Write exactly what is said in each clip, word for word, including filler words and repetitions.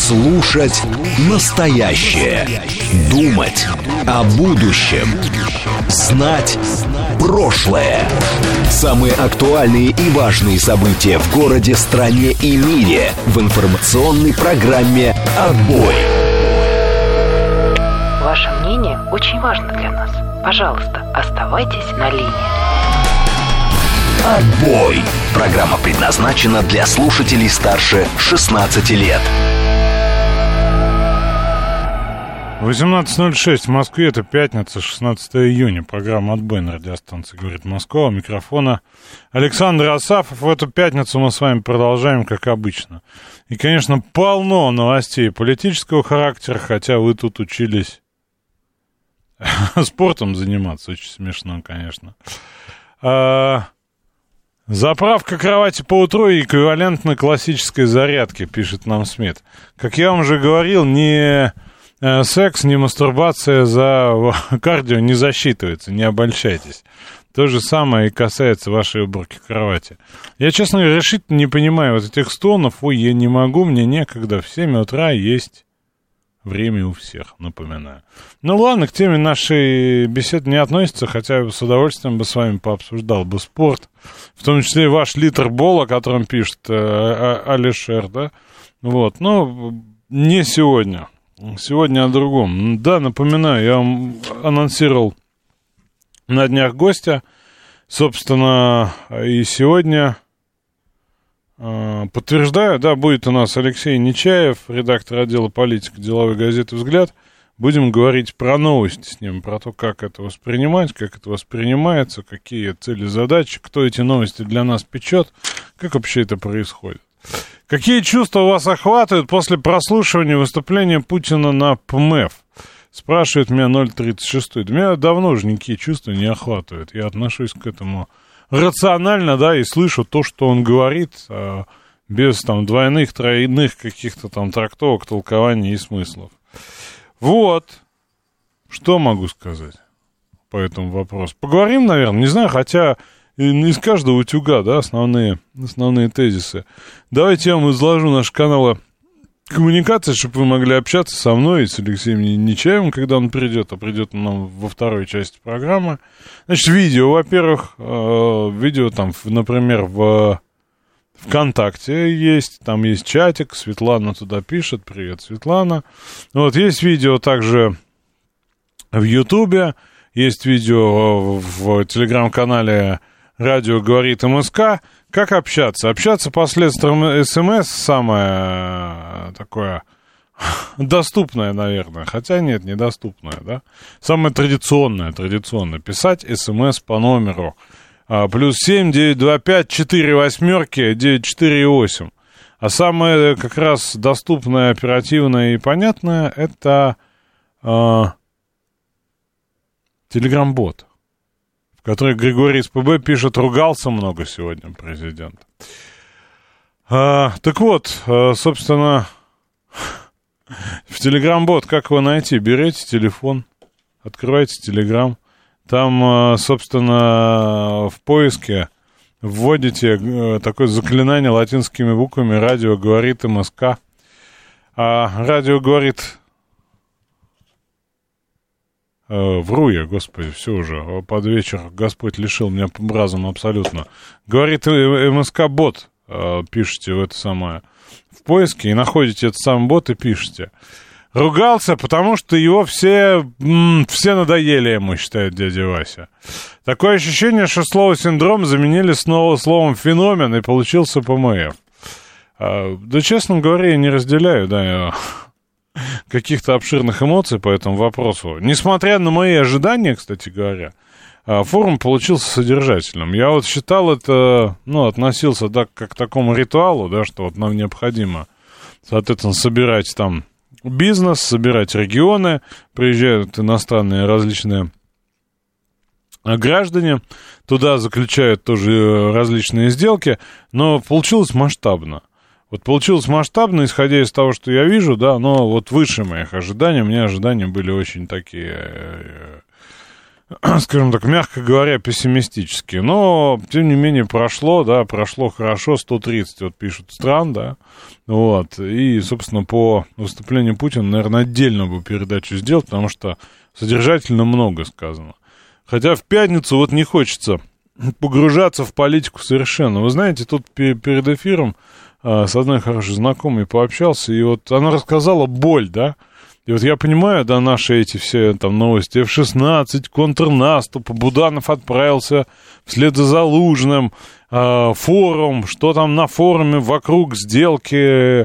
Слушать настоящее. Думать о будущем. Знать прошлое. Самые актуальные и важные события в городе, стране и мире в информационной программе «Отбой». Ваше мнение очень важно для нас. Пожалуйста, оставайтесь на линии. «Отбой». Программа предназначена для слушателей старше шестнадцати лет. восемнадцать ноль шесть в Москве, это пятница, шестнадцатое июня. Программа «Отбой» на радиостанции «Говорит Москва». У микрофона Александр Асафов. В эту пятницу мы с вами продолжаем, как обычно. И, конечно, полно новостей политического характера, хотя вы тут учились спортом заниматься. Очень смешно, конечно. А... Заправка кровати по утру эквивалентна классической зарядке, пишет нам Смит. Как я вам уже говорил, ни э, секс, ни мастурбация за кардио не засчитывается, не обольщайтесь. То же самое и касается вашей уборки кровати. Я, честно говоря, решительно не понимаю вот этих стонов. Ой, я не могу, мне некогда. В семь утра есть время у всех, напоминаю. Ну ладно, к теме нашей беседы не относится, хотя с удовольствием бы с вами пообсуждал бы спорт, в том числе и ваш литербол, о котором пишет э, Алишер, да? Вот, но не сегодня. Сегодня о другом. Да, напоминаю, я вам анонсировал на днях гостя, собственно, и сегодня... Подтверждаю, да, будет у нас Алексей Нечаев, редактор отдела политики деловой газеты «Взгляд». Будем говорить про новости с ним, про то, как это воспринимать, как это воспринимается, какие цели, задачи, кто эти новости для нас печет, как вообще это происходит. Какие чувства вас охватывают после прослушивания выступления Путина на ПМЭФ? Спрашивает меня ноль тридцать шесть. Да меня давно уже никакие чувства не охватывают. Я отношусь к этому рационально, да, и слышу то, что он говорит, а, без там двойных, тройных каких-то там трактовок, толкований и смыслов. Вот. Что могу сказать по этому вопросу? Поговорим, наверное, не знаю, хотя из каждого утюга, да, основные, основные тезисы. Давайте я вам изложу наши каналы коммуникации, чтобы вы могли общаться со мной и с Алексеем Нечаевым, когда он придет, а придет он нам во второй части программы. Значит, видео, во-первых, э, видео там, например, в ВКонтакте есть, там есть чатик, Светлана туда пишет, привет, Светлана. Вот, есть видео также в Ютубе, есть видео в Телеграм-канале «Радио говорит МСК». Как общаться? Общаться посредством СМС самое такое доступное, наверное. Хотя нет, недоступное, да? Самое традиционное, традиционное. Писать СМС по номеру а, плюс семь девятьсот двадцать пять четыре восьмерки девять четыре восемь. А самое как раз доступное, оперативное и понятное это а, Телеграм-бот, в которой Григорий СПБ пишет, ругался много сегодня президент. А, так вот, а, собственно, в Телеграм-бот как его найти? Берете телефон, открываете Телеграм, там, а, собственно, в поиске вводите а, такое заклинание латинскими буквами «Радио говорит МСК». А радио говорит... Вру я, господи, все уже, под вечер Господь лишил меня разума абсолютно. Говорит МСК-бот, пишите в это самое, в поиске, и находите этот самый бот и пишете. Ругался, потому что его все, м, все надоели ему, считает дядя Вася. Такое ощущение, что слово «синдром» заменили снова словом «феномен», и получился ПМФ. А, да, честно говоря, я не разделяю, да, я... каких-то обширных эмоций по этому вопросу. Несмотря на мои ожидания, кстати говоря, форум получился содержательным. Я вот считал это, ну, относился так, как к такому ритуалу, да, что вот нам необходимо, соответственно, собирать там бизнес, собирать регионы, приезжают иностранные различные граждане, туда заключают тоже различные сделки, но получилось масштабно. Вот получилось масштабно, исходя из того, что я вижу, да, но вот выше моих ожиданий, у меня ожидания были очень такие скажем так, мягко говоря, пессимистически. Но, тем не менее, прошло, да, прошло хорошо, сто тридцать, вот пишут, стран, да, вот, и, собственно, по выступлению Путина, наверное, отдельно бы передачу сделать, потому что содержательно много сказано. Хотя в пятницу вот не хочется погружаться в политику совершенно. Вы знаете, тут перед эфиром а, с одной хорошей знакомой пообщался, и вот она рассказала боль, да, и вот я понимаю, да, наши эти все там новости, эф шестнадцать, контрнаступ, Буданов отправился вслед за Залужным, э, форум, что там на форуме вокруг сделки, э,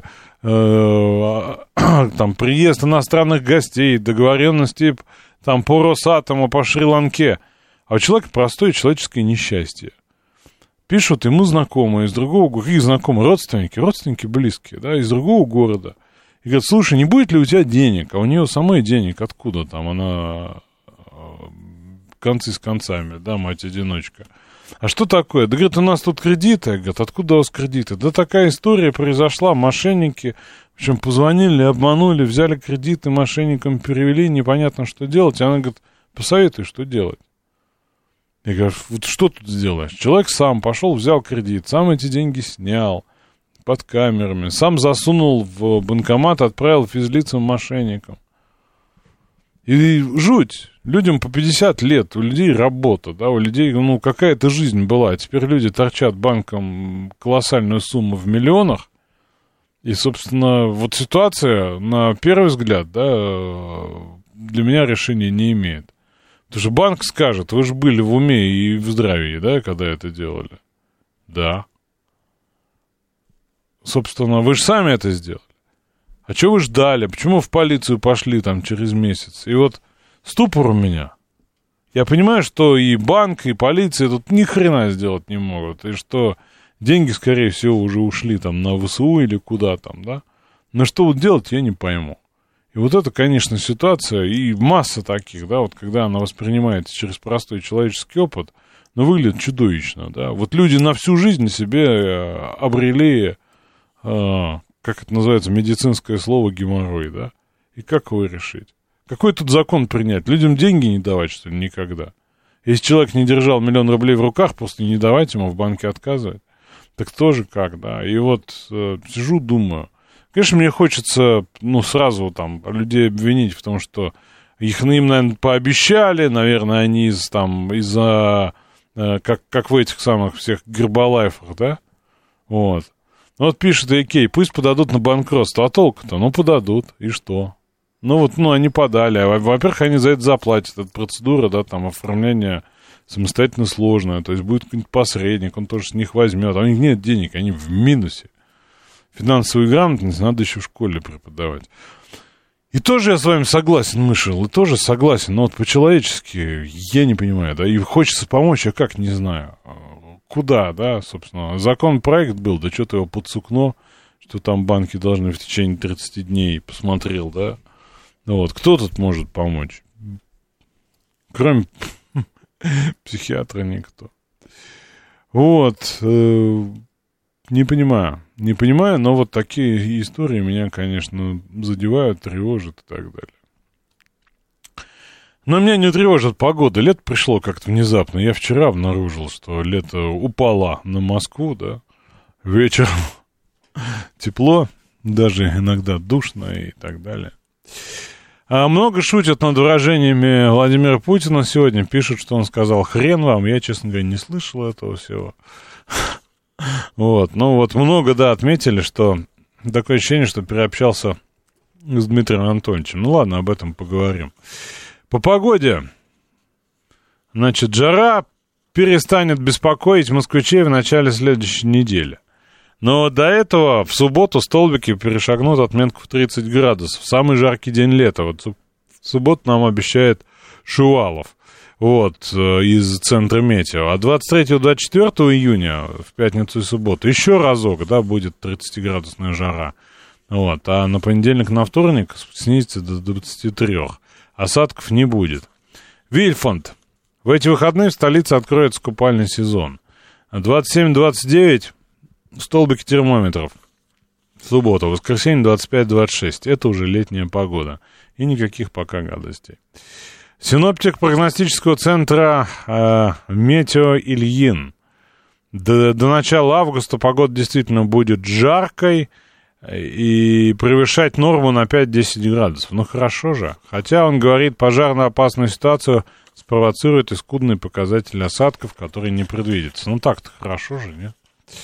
там приезд иностранных гостей, договоренности там по Росатому, по Шри-Ланке. А у человека простое человеческое несчастье. Пишут ему знакомые из другого города, какие знакомые, родственники, родственники близкие, да, из другого города. И говорит, слушай, не будет ли у тебя денег? А у нее самой денег откуда там? Она концы с концами, да, мать-одиночка. А что такое? Да, говорит, у нас тут кредиты. Говорит, откуда у вас кредиты? Да такая история произошла, мошенники, в общем, позвонили, обманули, взяли кредиты, мошенникам перевели, непонятно, что делать. И она говорит, посоветуй, что делать. Я говорю, вот что тут сделаешь? Человек сам пошел, взял кредит, сам эти деньги снял. Под камерами. Сам засунул в банкомат, отправил физлицам мошенникам. И жуть. Людям по пятьдесят лет, у людей работа, да, у людей, ну, какая-то жизнь была. Теперь люди торчат банкам колоссальную сумму в миллионах. И, собственно, вот ситуация, на первый взгляд, да, для меня решения не имеет. Потому что банк скажет, вы же были в уме и в здравии, да, когда это делали? Да. Собственно, вы же сами это сделали. А что вы ждали? Почему в полицию пошли там через месяц? И вот ступор у меня. Я понимаю, что и банк, и полиция тут ни хрена сделать не могут. И что деньги, скорее всего, уже ушли там на ВСУ или куда там, да? Но что вот делать, я не пойму. И вот это, конечно, ситуация, и масса таких, да, вот когда она воспринимается через простой человеческий опыт, но выглядит чудовищно, да. Вот люди на всю жизнь себе обрели... как это называется, медицинское слово геморрой, да? И как его решить? Какой тут закон принять? Людям деньги не давать, что ли, никогда? Если человек не держал миллион рублей в руках, просто не давать ему, в банке отказывать. Так тоже как, да? И вот э, сижу, думаю. Конечно, мне хочется, ну, сразу там людей обвинить в том, что их им, наверное, пообещали, наверное, они из, там, из-за, э, как, как в этих самых всех гербалайфах, да? Вот. Вот пишет Икей, пусть подадут на банкротство. А толку-то? Ну, подадут. И что? Ну, вот, ну, они подали. Во-первых, они за это заплатят. Эта процедура, да, там, оформление самостоятельно сложное. То есть будет какой-нибудь посредник, он тоже с них возьмет. А у них нет денег, они в минусе. Финансовую грамотность надо еще в школе преподавать. И тоже я с вами согласен, Мышел, и тоже согласен. Но вот по-человечески я не понимаю, да, и хочется помочь, а как, не знаю. Куда, да, собственно, законопроект был, да что-то его под сукно, что там банки должны в течение тридцати дней, посмотрел, да, ну вот, кто тут может помочь? Кроме психиатра никто. Вот, э, не понимаю, не понимаю, но вот такие истории меня, конечно, задевают, тревожат и так далее. Но меня не тревожит погода. Лето пришло как-то внезапно. Я вчера обнаружил, что лето упало на Москву, да. Вечером тепло, даже иногда душно и так далее. А много шутят над выражениями Владимира Путина сегодня. Пишут, что он сказал «хрен вам». Я, честно говоря, не слышал этого всего. Вот. Ну вот много, да, отметили, что такое ощущение, что переобщался с Дмитрием Анатольевичем. Ну ладно, об этом поговорим. По погоде, значит, жара перестанет беспокоить москвичей в начале следующей недели. Но до этого в субботу столбики перешагнут отметку в тридцать градусов. Самый жаркий день лета. Вот в субботу нам обещает Шувалов, вот, из центра метео. А двадцать третьего — двадцать четвёртого июня, в пятницу и субботу, еще разок, да, будет тридцатиградусная жара. Вот, а на понедельник, на вторник снизится до двадцати трёх. Осадков не будет. Вильфанд. В эти выходные в столице откроется купальный сезон. двадцать семь — двадцать девять столбики термометров. В субботу, в воскресенье двадцать пять — двадцать шесть. Это уже летняя погода. И никаких пока гадостей. Синоптик прогностического центра э, Метео Ильин. До, до начала августа погода действительно будет жаркой и превышать норму на пять-десять градусов. Ну, хорошо же. Хотя он говорит, пожарно-опасную ситуацию спровоцирует и скудный показатель осадков, который не предвидится. Ну, так-то хорошо же, нет?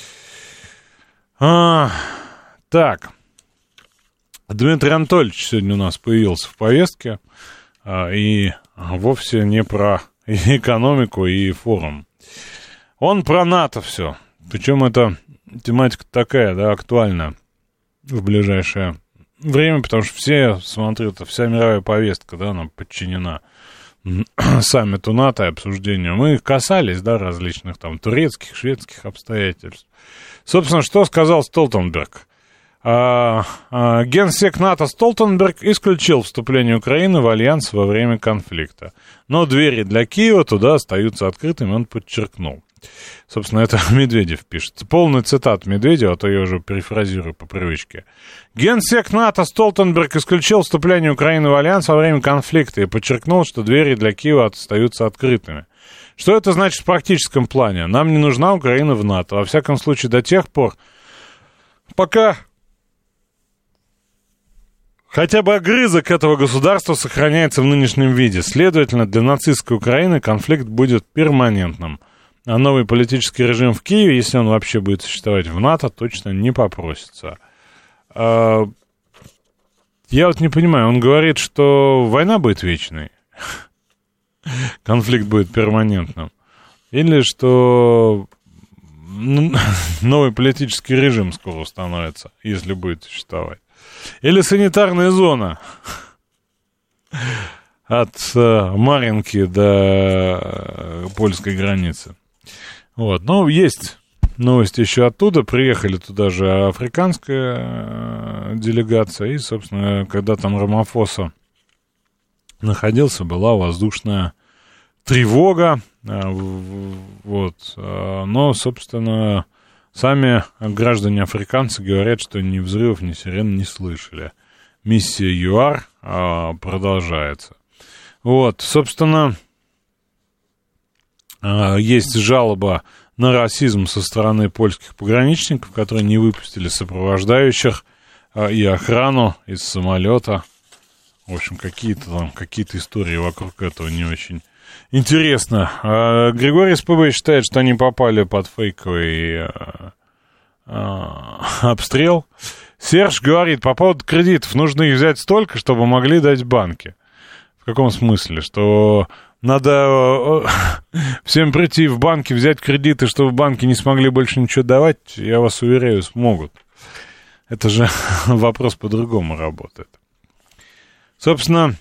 А, так. Дмитрий Анатольевич сегодня у нас появился в повестке. А, и вовсе не про экономику и форум. Он про НАТО все. Причем эта тематика такая, да, актуальная в ближайшее время, потому что все, смотрю, это вся мировая повестка, да, она подчинена саммиту НАТО и обсуждению. Мы касались, да, различных там турецких, шведских обстоятельств. Собственно, что сказал Столтенберг? А, а, генсек НАТО Столтенберг исключил вступление Украины в альянс во время конфликта. Но двери для Киева туда остаются открытыми, он подчеркнул. Собственно, это Медведев пишет. Полный цитат Медведева, а то я уже перефразирую по привычке. Генсек НАТО Столтенберг исключил вступление Украины в альянс во время конфликта и подчеркнул, что двери для Киева остаются открытыми. Что это значит в практическом плане? Нам не нужна Украина в НАТО. Во всяком случае, до тех пор, пока хотя бы огрызок этого государства сохраняется в нынешнем виде. Следовательно, для нацистской Украины конфликт будет перманентным. А новый политический режим в Киеве, если он вообще будет существовать в НАТО, точно не попросится. А, я вот не понимаю, он говорит, что война будет вечной, конфликт будет перманентным, или что новый политический режим скоро установится, если будет существовать. Или санитарная зона от э, Марьинки до э, польской границы. Вот, но есть новости еще оттуда. Приехали туда же африканская э, делегация. И, собственно, когда там Рамафоса находился, была воздушная тревога. Э, вот, э, но, собственно, сами граждане африканцы говорят, что ни взрывов, ни сирен не слышали. Миссия ЮАР э, продолжается. Вот, собственно, есть жалоба на расизм со стороны польских пограничников, которые не выпустили сопровождающих и охрану из самолета. В общем, какие-то там, какие-то истории вокруг этого не очень интересно. Григорий СПБ считает, что они попали под фейковый обстрел. Серж говорит, по поводу кредитов, нужно их взять столько, чтобы могли дать банки. В каком смысле? Что надо всем прийти в банки, взять кредиты, чтобы банки не смогли больше ничего давать? Я вас уверяю, смогут. Это же вопрос по-другому работает. Собственно,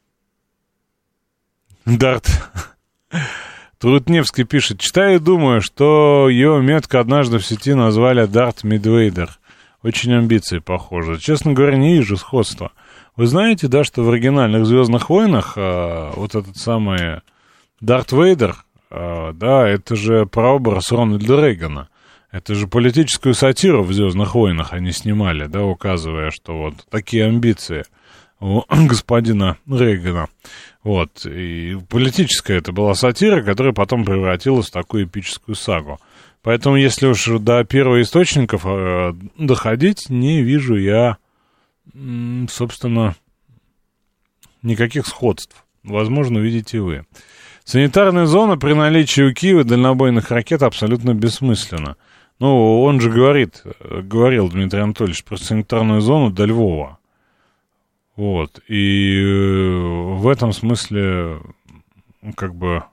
Дарт Трутневский пишет. Читаю и думаю, что его метко однажды в сети назвали Дарт Мидвейдер. Очень амбиции похожи. Честно говоря, не вижу сходства. Вы знаете, да, что в оригинальных «Звездных войнах» а, вот этот самый Дарт Вейдер, а, да, это же прообраз Рональда Рейгана. Это же политическую сатиру в «Звездных войнах» они снимали, да, указывая, что вот такие амбиции у господина Рейгана. Вот, и политическая это была сатира, которая потом превратилась в такую эпическую сагу. Поэтому, если уж до первоисточников э, доходить, не вижу я, м, собственно, никаких сходств. Возможно, увидите вы. Санитарная зона при наличии у Киева дальнобойных ракет абсолютно бессмысленна. Ну, он же говорит, говорил Дмитрий Анатольевич про санитарную зону до Львова. Вот, и э, в этом смысле, как бы...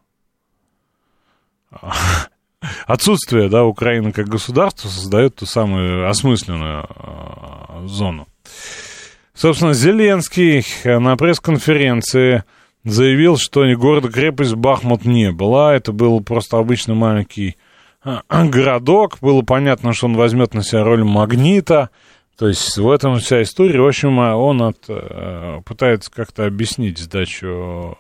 Отсутствие, да, Украины как государства создает ту самую осмысленную э, зону. Собственно, Зеленский на пресс-конференции заявил, что города-крепость Бахмут не было. Это был просто обычный маленький э, городок. Было понятно, что он возьмет на себя роль магнита. То есть в этом вся история. В общем, он от, э, пытается как-то объяснить сдачу...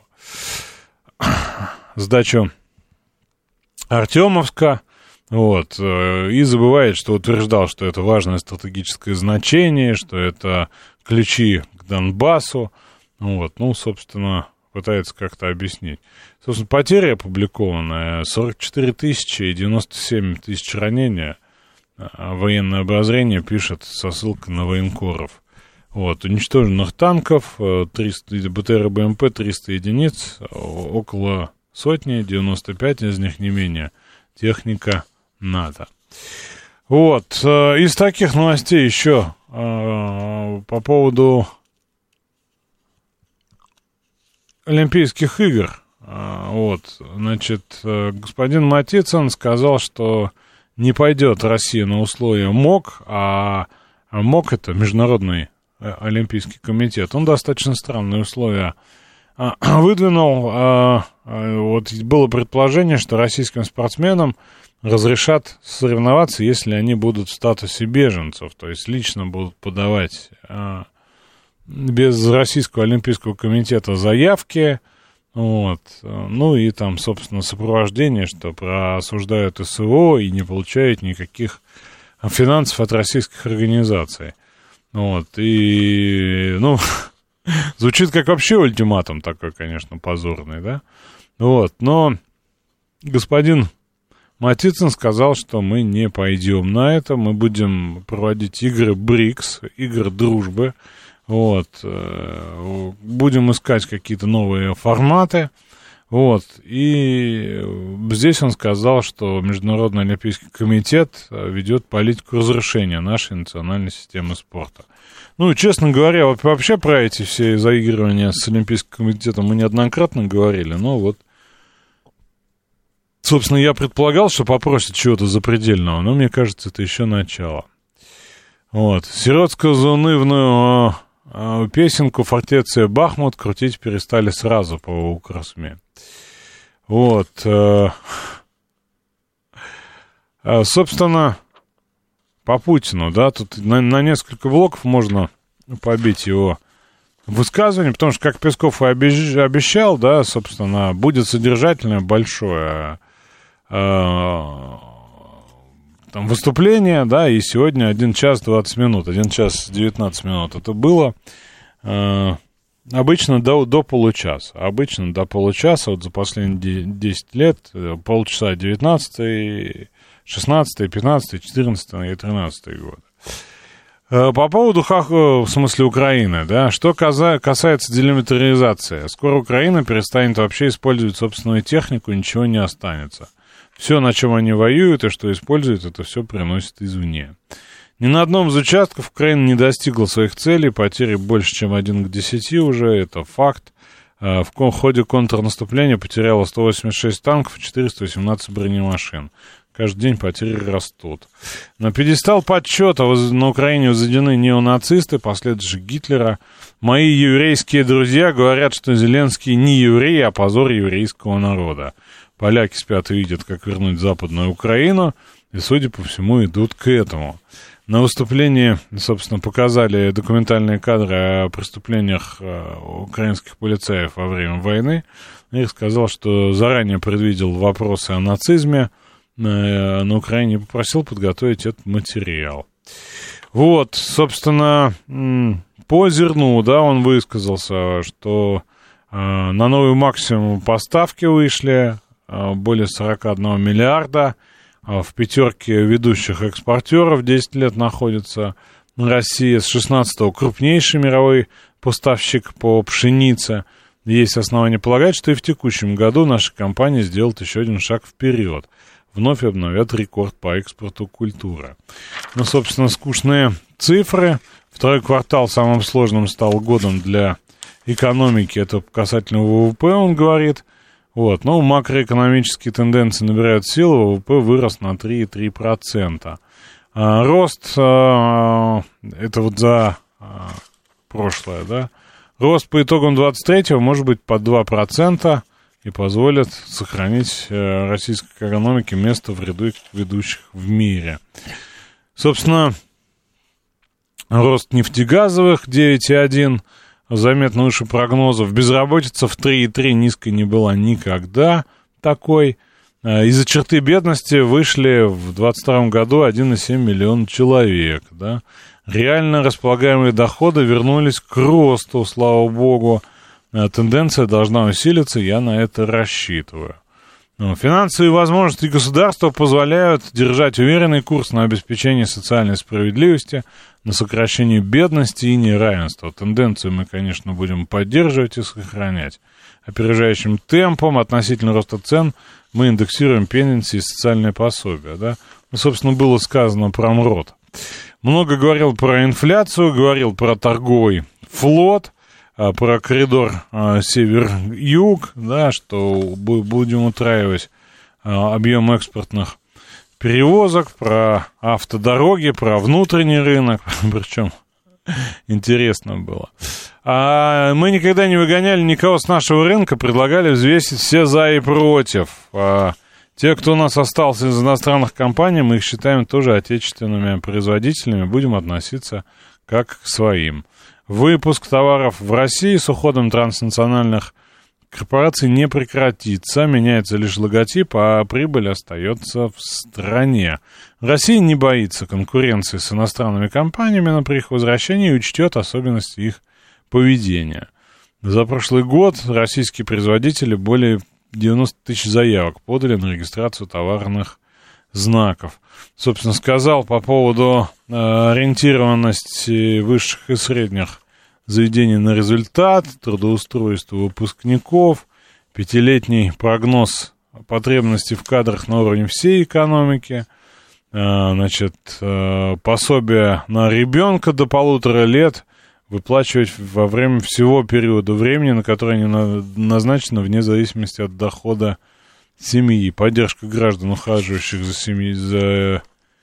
сдачу Артемовска, вот, и забывает, что утверждал, что это важное стратегическое значение, что это ключи к Донбассу, вот, ну, собственно, пытается как-то объяснить. Собственно, потери опубликованные сорок четыре тысячи и девяносто семь тысяч ранения. Военное обозрение пишет со ссылкой на военкоров. Вот, уничтоженных танков триста, БТР и БМП триста единиц, около сотни, девяносто пять из них не менее техника НАТО. Вот, из таких новостей еще по поводу Олимпийских игр. Вот, значит, господин Матицын сказал, что не пойдет Россия на условия МОК, а МОК — это Международный Олимпийский комитет. Он достаточно странные условия выдвинул. Вот было предположение, что российским спортсменам разрешат соревноваться, если они будут в статусе беженцев, то есть лично будут подавать без Российского Олимпийского комитета заявки. Вот. Ну и там, собственно, сопровождение, что осуждают СВО и не получают никаких финансов от российских организаций. Вот. И, ну, звучит как вообще ультиматум такой, конечно, позорный, да? Вот. Но господин Матицын сказал, что мы не пойдем на это, мы будем проводить игры БРИКС, игры дружбы. Вот, будем искать какие-то новые форматы, вот, и здесь он сказал, что Международный Олимпийский комитет ведет политику разрушения нашей национальной системы спорта. Ну, честно говоря, вот вообще про эти все заигрывания с Олимпийским комитетом мы неоднократно говорили, но вот, собственно, я предполагал, что попросят чего-то запредельного, но мне кажется, это еще начало. Вот, сиротскую заунывную песенку «Фортеция Бахмут» крутить перестали сразу по Укрсме. Вот. Собственно, по Путину, да, тут на, на несколько блоков можно побить его высказывание, потому что, как Песков и обещал, да, собственно, будет содержательное, большое там выступление, да, и сегодня один час двадцать минут, один час девятнадцать минут это было. Э, обычно до, до получаса. Обычно до получаса, вот за последние десять лет, полчаса девятнадцатый, шестнадцатый, пятнадцатый, четырнадцатый и тринадцатый год. Э, по поводу, в смысле, Украины, да, что касается делимитаризации. Скоро Украина перестанет вообще использовать собственную технику, ничего не останется. Все, на чем они воюют и что используют, это все приносит извне. Ни на одном из участков Украина не достигла своих целей, потери больше, чем один к десяти уже, это факт. В ходе контрнаступления потеряла сто восемьдесят шесть танков и четыреста восемнадцать бронемашин. Каждый день потери растут. На пьедестал почета на Украине возведены неонацисты, последователи Гитлера. Мои еврейские друзья говорят, что Зеленский не еврей, а позор еврейского народа. Поляки спят и видят, как вернуть Западную Украину, и, судя по всему, идут к этому. На выступлении, собственно, показали документальные кадры о преступлениях украинских полицаев во время войны. И сказал, что заранее предвидел вопросы о нацизме на Украине и попросил подготовить этот материал. Вот, собственно, по зерну, да, он высказался, что на новый максимум поставки вышли, более сорок один миллиарда. В пятерке ведущих экспортеров десять лет находится Россия. С шестнадцатого крупнейший мировой поставщик по пшенице. Есть основания полагать, что и в текущем году наша компания сделает еще один шаг вперед. Вновь обновят рекорд по экспорту культуры. Ну, собственно, скучные цифры. Второй квартал самым сложным стал годом для экономики. Это касательно ВВП, он говорит. Вот, но макроэкономические тенденции набирают силу, ВВП вырос на три целых три десятых процента. А, рост, а, это вот за а, прошлое, да, рост по итогам двадцать третьего может быть под два процента и позволит сохранить а, российской экономике место в ряду ведущих в мире. Собственно, рост нефтегазовых девять целых один процента. Заметно выше прогнозов. Безработица в три целых три десятых низкой не была никогда такой. Из-за черты бедности вышли в двадцать втором году один целых семь десятых миллиона человек. Да? Реально располагаемые доходы вернулись к росту, слава богу. тенденция должна усилиться, я на это рассчитываю. Финансовые возможности государства позволяют держать уверенный курс на обеспечение социальной справедливости, на сокращение бедности и неравенства. Тенденцию мы, конечно, будем поддерживать и сохранять. Опережающим темпом относительно роста цен мы индексируем пенсии и социальные пособия. Да? Ну, собственно, было сказано про МРОД. Много говорил про инфляцию, говорил про торговый флот, про коридор а, север-юг, да, что будем утраивать а, объем экспортных перевозок, про автодороги, про внутренний рынок, причем интересно было. А мы никогда не выгоняли никого с нашего рынка, предлагали взвесить все за и против. А те, кто у нас остался из иностранных компаний, мы их считаем тоже отечественными производителями, будем относиться как к своим. Выпуск товаров в России с уходом транснациональных корпораций не прекратится, меняется лишь логотип, а прибыль остается в стране. Россия не боится конкуренции с иностранными компаниями, но при их возвращении учтет особенности их поведения. За прошлый год российские производители более девяносто тысяч заявок подали на регистрацию товарных знаков. Собственно, сказал по поводу э, ориентированности высших и средних заведений на результат, трудоустройства выпускников, пятилетний прогноз потребностей в кадрах на уровне всей экономики, э, значит, э, пособие на ребенка до полутора лет выплачивать во время всего периода времени, на которое они на, назначены, вне зависимости от дохода семьи, поддержка граждан, ухаживающих за семьей, за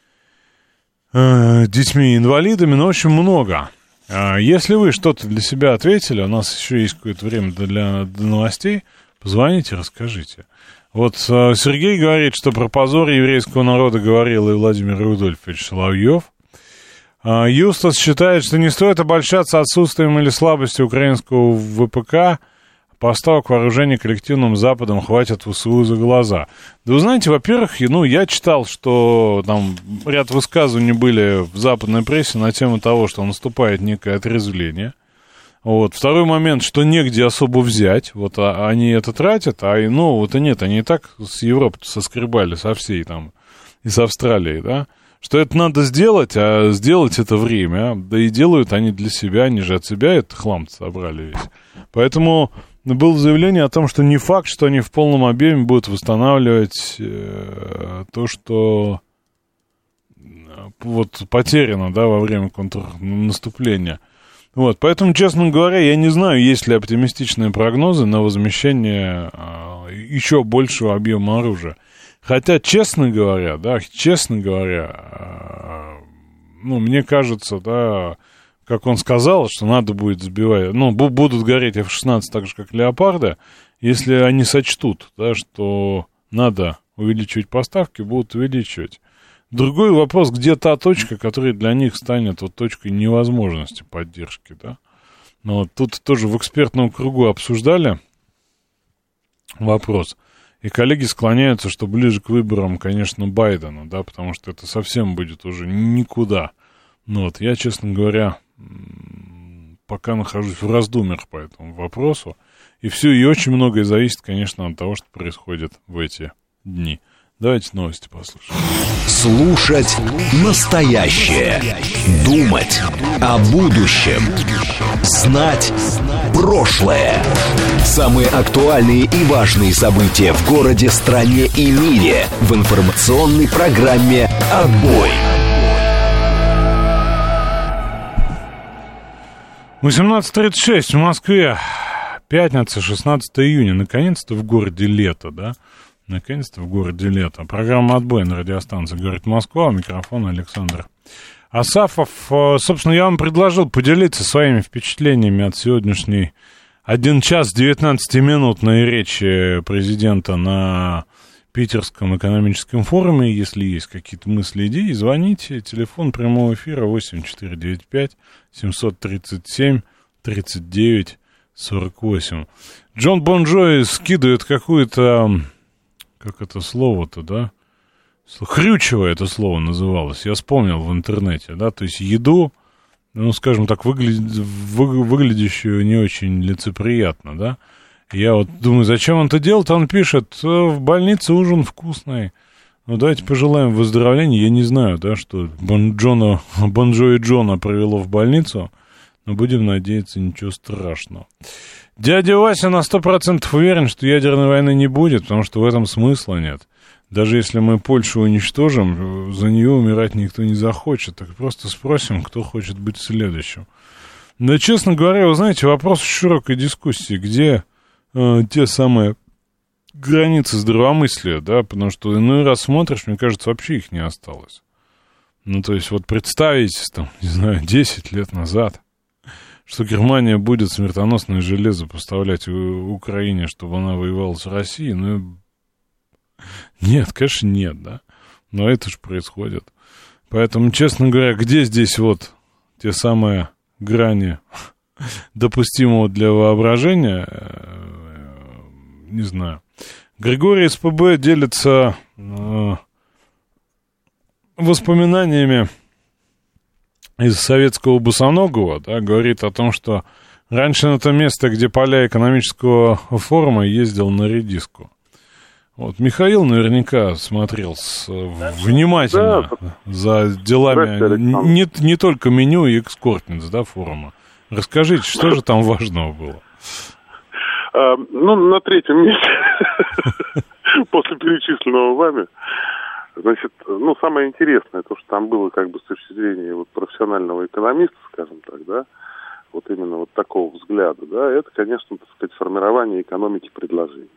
э, детьми-инвалидами, ну, в общем, много. А если вы что-то для себя ответили, у нас еще есть какое-то время для, для новостей, позвоните, расскажите. Вот э, Сергей говорит, что про позор еврейского народа говорил и Владимир Рудольфович Соловьев. А Юстас считает, что не стоит обольщаться отсутствием или слабостью украинского ВПК. Поставок вооружений коллективным Западом хватит ВСУ за глаза. Да вы знаете, во-первых, ну, я читал, что там ряд высказываний были в западной прессе на тему того, что наступает некое отрезвление. Вот. Второй момент, что негде особо взять. Вот а, они это тратят, а ну, вот и нет, они и так с Европы соскребали со всей там, и с Австралии, да. Что это надо сделать, а сделать это время. Да и делают они для себя, они же от себя этот хлам собрали весь. Поэтому было заявление о том, что не факт, что они в полном объеме будут восстанавливать э, то, что вот потеряно, да, во время контрнаступления. Вот, поэтому, честно говоря, я не знаю, есть ли оптимистичные прогнозы на возмещение э, еще большего объема оружия. Хотя, честно говоря, да, честно говоря, э, ну, мне кажется, да, как он сказал, что надо будет сбивать, ну, будут гореть эф шестнадцать так же, как леопарды, если они сочтут, да, что надо увеличивать поставки, будут увеличивать. Другой вопрос, где та точка, которая для них станет вот точкой невозможности поддержки, да. Но вот тут тоже в экспертном кругу обсуждали вопрос, и коллеги склоняются, что ближе к выборам, конечно, Байдена, да, потому что это совсем будет уже никуда. Ну вот, я, честно говоря, пока нахожусь в раздумьях по этому вопросу. И все, и очень многое зависит, конечно, от того, что происходит в эти дни. Давайте новости послушаем. Слушать настоящее. Думать о будущем. Знать прошлое. Самые актуальные и важные события в городе, стране и мире в информационной программе «Отбой». восемнадцать тридцать шесть в Москве. Пятница, шестнадцатое июня. Наконец-то в городе лето, да? Наконец-то в городе лето. Программа «Отбой» на радиостанции «Говорит Москва». У микрофона Александр Асафов. Собственно, я вам предложил поделиться своими впечатлениями от сегодняшней один час девятнадцатиминутной речи президента на Питерском экономическом форуме. Если есть какие-то мысли, идеи, звоните. Телефон прямого эфира восемь четыре девять пять семьсот тридцать семь тридцать девять сорок восемь. Джон Бон Джови скидывает какую-то... Как это слово-то, да? Хрючево это слово называлось. Я вспомнил в интернете, да? То есть еду ну, скажем так, выглядит, вы, выглядящую не очень лицеприятно, да? Я вот думаю, зачем он это делает? Он пишет, в больнице ужин вкусный. Ну, давайте пожелаем выздоровления. Я не знаю, да, что Бон Джона, Бон Джови Джона привело в больницу, но будем надеяться, ничего страшного. Дядя Вася на сто процентов уверен, что ядерной войны не будет, потому что в этом смысла нет. Даже если мы Польшу уничтожим, за нее умирать никто не захочет. Так просто спросим, кто хочет быть следующим. Но, честно говоря, вы знаете, вопрос широкой дискуссии, где э, те самые границы здравомыслия, да, потому что иной раз смотришь, мне кажется, вообще их не осталось. Ну, то есть, вот представить, там, не знаю, десять лет назад, что Германия будет смертоносное железо поставлять Украине, чтобы она воевала с Россией, ну, нет, конечно, нет, да, но это же происходит. Поэтому, честно говоря, где здесь вот те самые грани допустимого для воображения, не знаю. Григорий СПБ делится э, воспоминаниями из советского босоногого, да, говорит о том, что раньше на то место, где поля экономического форума, ездил на редиску. Вот Михаил наверняка смотрел с, внимательно да. за делами не, не только меню и экскортниц, да, форума. Расскажите, что же там важного было? А, ну, на третьем месте, после перечисленного вами, значит, ну, самое интересное, то, что там было, как бы, с точки зрения вот профессионального экономиста, скажем так, да, вот именно вот такого взгляда, да, это, конечно, так сказать, формирование экономики предложения.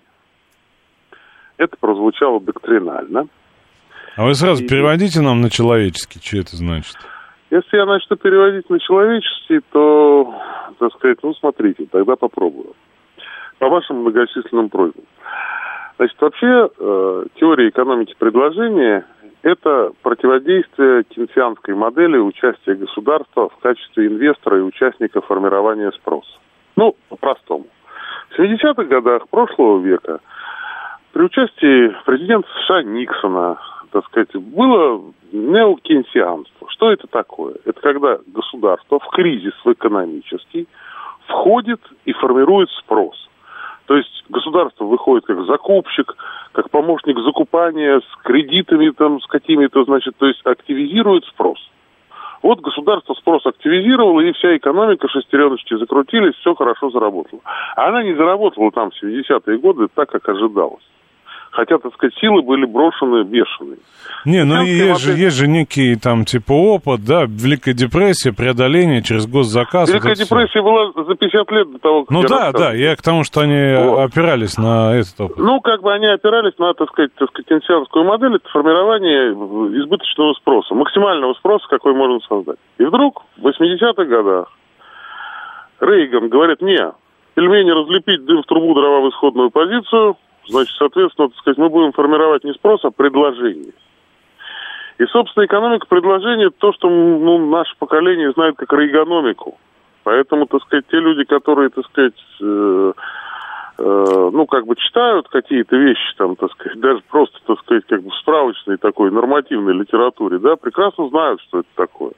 Это прозвучало доктринально. А вы сразу и... переводите нам на человеческий, что это значит? Если я начну переводить на человеческий, то, так сказать, ну, смотрите, тогда попробую. По вашим многочисленным просьбам. Значит, вообще, э, теория экономики предложения – это противодействие кейнсианской модели участия государства в качестве инвестора и участника формирования спроса. Ну, по-простому. В семидесятых годах прошлого века при участии президента США Никсона, так сказать, было неокейнсианство. Что это такое? Это когда государство в кризис в экономический входит и формирует спрос. То есть государство выходит как закупщик, как помощник закупания с кредитами, там, с какими-то, значит, то есть активизирует спрос. Вот государство спрос активизировало, и вся экономика, шестереночки закрутились, все хорошо заработало. А она не заработала там в семидесятые годы так, как ожидалось. Хотя, так сказать, силы были брошены бешеные. Не, ну есть же, есть же некий там типа опыт, да, Великая депрессия, преодоление через госзаказ. Великая вот депрессия все. Была за пятьдесят лет до того, как Ну да, да, я к тому, что они вот. опирались на этот опыт. Ну, как бы они опирались на, так сказать, так сказать, кейнсианскую модель, это формирование избыточного спроса, максимального спроса, какой можно создать. И вдруг в восьмидесятых годах Рейган говорит, не, пельмени разлепить, дым в трубу, дрова в исходную позицию. Значит, соответственно, так сказать, мы будем формировать не спрос, а предложение. И, собственно, экономика предложения – то, что ну, наше поколение знает как рейгономику. Поэтому, так сказать, те люди, которые, так сказать, э, э, ну, как бы читают какие-то вещи, там, так сказать, даже просто, так сказать, как бы в справочной такой нормативной литературе, да, прекрасно знают, что это такое.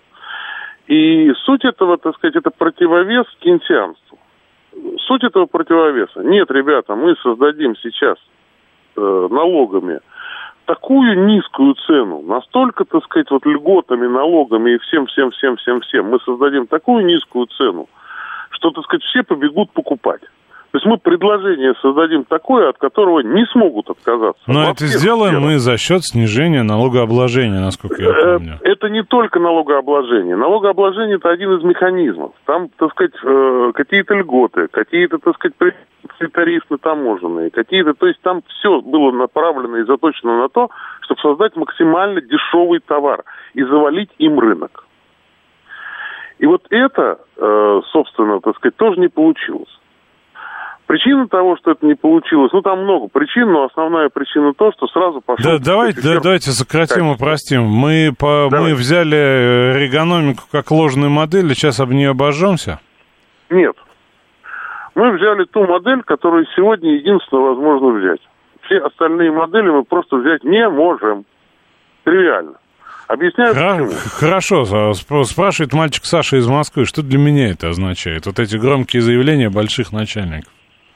И суть этого, так сказать, это противовес кейнсианству. Суть этого противовеса. Нет, ребята, мы создадим сейчас э, налогами такую низкую цену, настолько, так сказать, вот льготами, налогами и всем-всем-всем-всем-всем, мы создадим такую низкую цену, что, так сказать, все побегут покупать. То есть мы предложение создадим такое, от которого не смогут отказаться. Но это сделаем сферах. Мы за счет снижения налогообложения, насколько я помню. Это не только налогообложение. Налогообложение – это один из механизмов. Там, так сказать, какие-то льготы, какие-то, так сказать, тарифы таможенные, какие-то... То есть там все было направлено и заточено на то, чтобы создать максимально дешевый товар и завалить им рынок. И вот это, собственно, так сказать, тоже не получилось. Причина того, что это не получилось, ну, там много причин, но основная причина то, что сразу пошел... Да, давайте, да, давайте сократим и простим. Мы, по, мы взяли рейгономику как ложную модель, и сейчас об нее обожжемся? Нет. Мы взяли ту модель, которую сегодня единственно возможно взять. Все остальные модели мы просто взять не можем. Тривиально. Объясняю, Хра- почему. Хорошо, спрашивает мальчик Саша из Москвы, что для меня это означает? Вот эти громкие заявления больших начальников.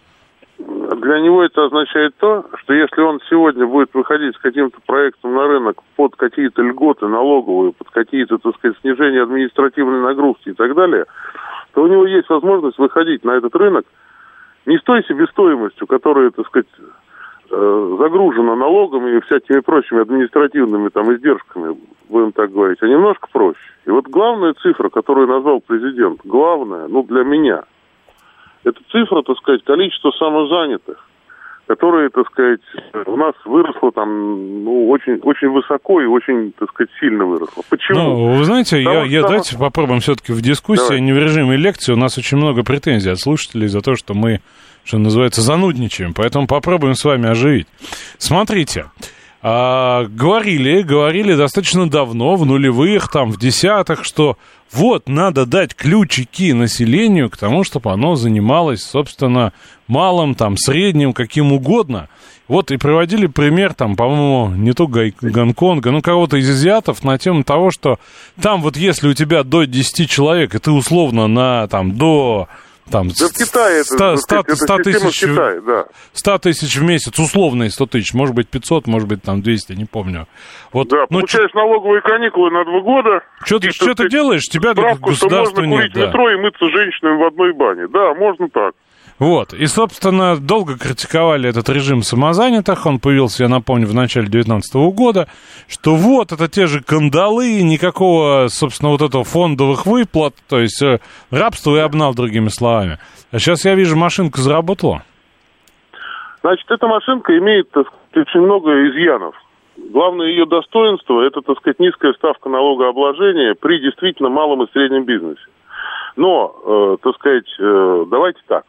Для него это означает то, что если он сегодня будет выходить с каким-то проектом на рынок под какие-то льготы налоговые, под какие-то, так сказать, снижения административной нагрузки и так далее, то у него есть возможность выходить на этот рынок не с той себестоимостью, которая, так сказать, загружена налогами и всякими прочими административными там издержками, будем так говорить, а немножко проще. И вот главная цифра, которую назвал президент, главная, ну, для меня, это цифра, так сказать, количество самозанятых, которые, так сказать, у нас выросло там, ну, очень, очень высоко и очень, так сказать, сильно выросло. Почему? Ну, вы знаете, Потому, я, я потому... давайте попробуем все-таки в дискуссии, Давай. не в режиме лекции. У нас очень много претензий от слушателей за то, что мы, что называется, занудничаем. Поэтому попробуем с вами оживить. Смотрите. А, говорили, говорили достаточно давно, в нулевых, там, в десятых, что вот, надо дать ключики населению к тому, чтобы оно занималось, собственно, малым, там, средним, каким угодно. Вот и приводили пример, там, по-моему, не то Гай- Гонконга, ну, кого-то из азиатов на тему того, что там вот если у тебя до десяти человек, и ты условно на, там, до... Там, да в Китае это, ста, это ста система тысяч, в Китае, да. сто тысяч в месяц, условные сто тысяч, может быть пятьсот, может быть там двести, не помню. Вот, да, ну, получаешь чё, налоговые каникулы на два года. Что ты, что ты делаешь? Тебя справку, государства что можно нет. курить в метро и мыться женщинами в одной бане. Да, можно так. Вот, и, собственно, долго критиковали этот режим самозанятых, он появился, я напомню, в начале девятнадцатого года, что вот, это те же кандалы, никакого, собственно, вот этого фондовых выплат, то есть э, рабство и обнал, другими словами. А сейчас я вижу, машинка заработала. Значит, эта машинка имеет, так сказать, очень много изъянов. Главное ее достоинство – это, так сказать, низкая ставка налогообложения при действительно малом и среднем бизнесе. Но, э, так сказать, э, давайте так.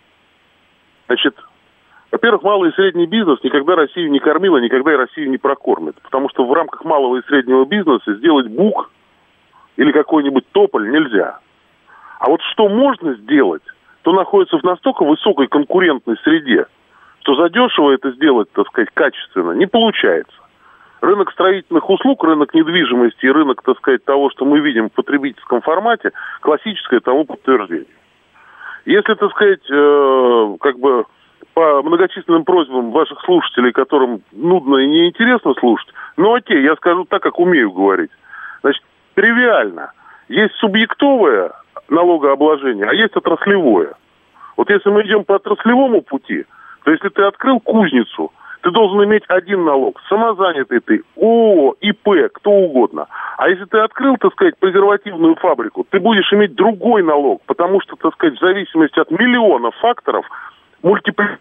Значит, во-первых, малый и средний бизнес никогда Россию не кормил, и никогда и Россию не прокормит. Потому что в рамках малого и среднего бизнеса сделать бук или какой-нибудь тополь нельзя. А вот что можно сделать, то находится в настолько высокой конкурентной среде, что задешево это сделать, так сказать, качественно не получается. Рынок строительных услуг, рынок недвижимости и рынок, так сказать, того, что мы видим в потребительском формате, классическое тому подтверждение. Если, так сказать, э, как бы по многочисленным просьбам ваших слушателей, которым нудно и неинтересно слушать, ну окей, я скажу так, как умею говорить. Значит, тривиально. Есть субъектовое налогообложение, а есть отраслевое. Вот если мы идем по отраслевому пути, то если ты открыл кузницу, ты должен иметь один налог. Самозанятый ты, ООО, ИП, кто угодно. А если ты открыл, так сказать, презервативную фабрику, ты будешь иметь другой налог, потому что, так сказать, в зависимости от миллиона факторов, мультипли...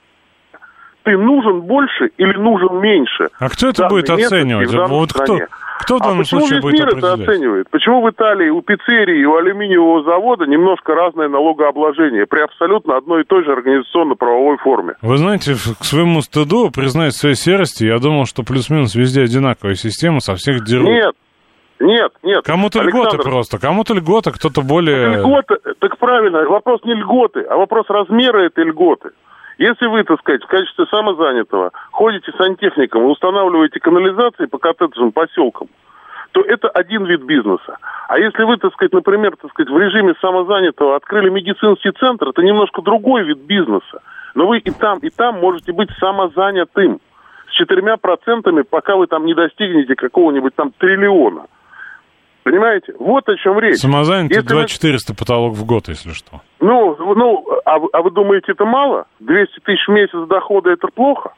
ты нужен больше или нужен меньше. А кто это будет оценивать? Вот кто, кто в данном а случае будет определять? Почему весь мир это оценивает? Почему в Италии у пиццерии и у алюминиевого завода немножко разное налогообложение при абсолютно одной и той же организационно-правовой форме? Вы знаете, к своему стыду, признать своей серости, я думал, что плюс-минус везде одинаковая система, со всех дерут. Нет. Нет, нет. Кому-то льготы просто, кому-то льготы, кто-то более... Льготы, так правильно, вопрос не льготы, а вопрос размера этой льготы. Если вы, так сказать, в качестве самозанятого ходите сантехником и устанавливаете канализации по коттеджным поселкам, то это один вид бизнеса. А если вы, так сказать, например, так сказать, в режиме самозанятого открыли медицинский центр, это немножко другой вид бизнеса. Но вы и там, и там можете быть самозанятым с четырьмя процентами, пока вы там не достигнете какого-нибудь там триллиона. Понимаете? Вот о чем речь. Самозанятый Если два вы... четыреста потолок в год, если что. Ну, ну а, вы, а вы думаете, это мало? двести тысяч в месяц дохода – это плохо?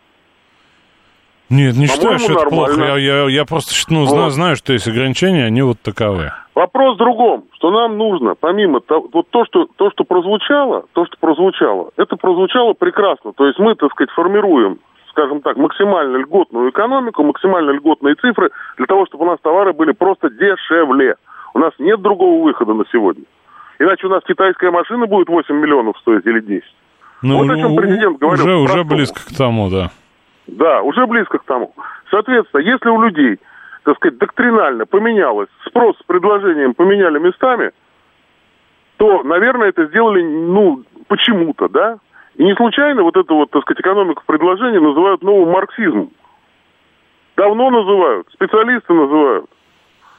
Нет, не считаю, что это нормально. плохо. Я, я, я просто ну, вот. знаю, знаю, что есть ограничения, они вот таковы. Вопрос в другом, что нам нужно, помимо того, вот то, что, то, что прозвучало, то, что прозвучало, это прозвучало прекрасно. То есть мы, так сказать, формируем, скажем так, максимально льготную экономику, максимально льготные цифры для того, чтобы у нас товары были просто дешевле. У нас нет другого выхода на сегодня. Иначе у нас китайская машина будет восемь миллионов стоить или десять. Ну, вот о чем президент говорил. Уже, уже близко к тому, да. Да, уже близко к тому. Соответственно, если у людей, так сказать, доктринально поменялось, спрос с предложением поменяли местами, то, наверное, это сделали, ну, почему-то, да? И не случайно вот эту вот, так сказать, экономику предложения называют новым марксизмом. Давно называют, специалисты называют.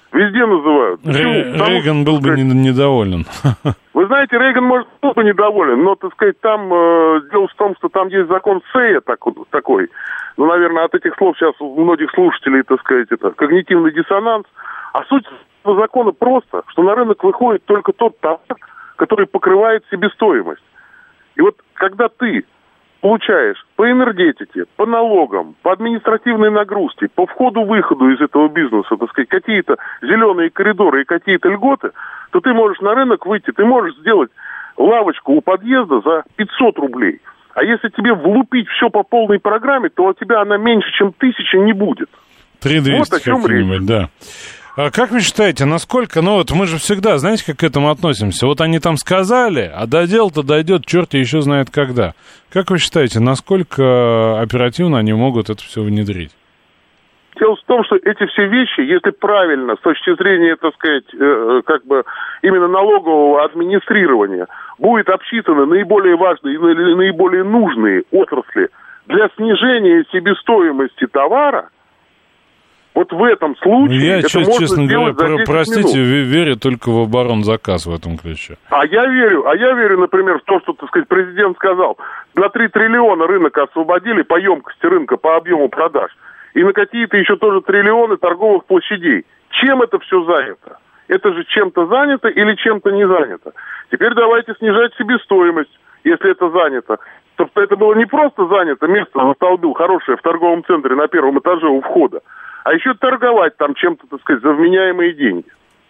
Везде называют. Ре- Рейган был бы недоволен. Вы знаете, Рейган, может, был бы недоволен, но, так сказать, там э, дело в том, что там есть закон Сея так, такой. Ну, наверное, от этих слов сейчас у многих слушателей, так сказать, это когнитивный диссонанс. А суть закона просто, что на рынок выходит только тот товар, который покрывает себестоимость. И вот когда ты получаешь по энергетике, по налогам, по административной нагрузке, по входу-выходу из этого бизнеса, так сказать, какие-то зеленые коридоры и какие-то льготы, то ты можешь на рынок выйти, ты можешь сделать лавочку у подъезда за пятьсот рублей. А если тебе влупить все по полной программе, то у тебя она меньше, чем тысяча не будет. три тысячи двести вот как-нибудь, да. А как вы считаете, насколько, ну вот мы же всегда, знаете, как к этому относимся? Вот они там сказали, а до дела-то дойдет, черт еще знает когда. Как вы считаете, насколько оперативно они могут это все внедрить? Дело в том, что эти все вещи, если правильно, с точки зрения, так сказать, э, как бы именно налогового администрирования, будет обсчитаны наиболее важные и наиболее нужные отрасли для снижения себестоимости товара, вот в этом случае я, это честно, можно честно сделать говоря, за десять простите, минут. верю только в оборонзаказ в этом ключе. А я верю, а я верю, например, в то, что, так сказать, президент сказал, на три триллиона рынок освободили по емкости рынка, по объему продаж, и на какие-то еще тоже триллионы торговых площадей. Чем это все занято? Это же чем-то занято или чем-то не занято? Теперь давайте снижать себестоимость, если это занято. Чтобы это было не просто занято, место застолбил хорошее в торговом центре на первом этаже у входа, а еще торговать там чем-то, так сказать, за вменяемые деньги.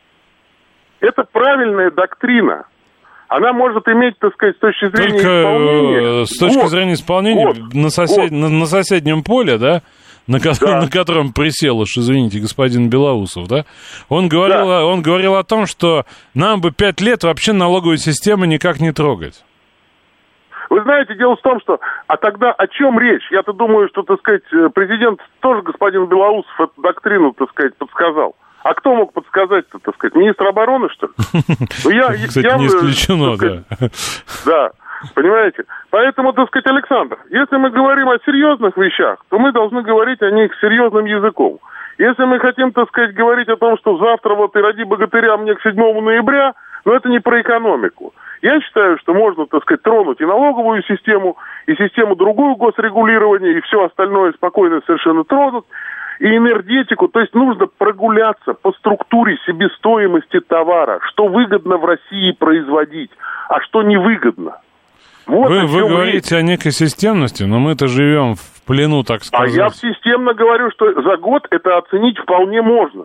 Это правильная доктрина. Она может иметь, так сказать, с точки зрения Только исполнения... с точки год, зрения исполнения год, на, сосед... на, на соседнем поле, да, на, ко... да. на котором присел уж, извините, господин Белоусов, да, он говорил, да. он говорил о том, что нам бы пять лет вообще налоговую систему никак не трогать. Вы знаете, дело в том, что... А тогда о чем речь? Я-то думаю, что, так сказать, президент тоже, господин Белоусов, эту доктрину, так сказать, подсказал. А кто мог подсказать-то, так сказать? Министр обороны, что ли? Ну, я, Кстати, я, не исключено, сказать, да. Да, понимаете? Поэтому, так сказать, Александр, если мы говорим о серьезных вещах, то мы должны говорить о них серьезным языком. Если мы хотим, так сказать, говорить о том, что завтра вот и роди богатыря мне к седьмому ноября, но это не про экономику. Я считаю, что можно, так сказать, тронуть и налоговую систему, и систему другую госрегулирования, и все остальное спокойно совершенно тронуть, и энергетику. То есть нужно прогуляться по структуре себестоимости товара, что выгодно в России производить, а что невыгодно. Вот вы вы говорите речь. о некой системности, но мы-то живем в плену, так сказать. А я системно говорю, что за год это оценить вполне можно.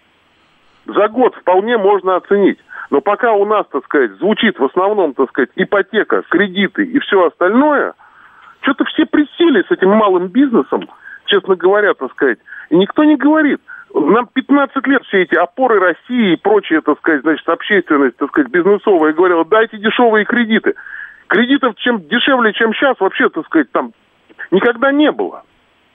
За год вполне можно оценить. Но пока у нас, так сказать, звучит в основном, так сказать, ипотека, кредиты и все остальное, что-то все присели с этим малым бизнесом, честно говоря, так сказать, и никто не говорит. Нам пятнадцать лет все эти опоры России и прочее, так сказать, значит, общественность, так сказать, бизнесовая говорила, дайте дешевые кредиты. Кредитов чем дешевле, чем сейчас, вообще, так сказать, там никогда не было.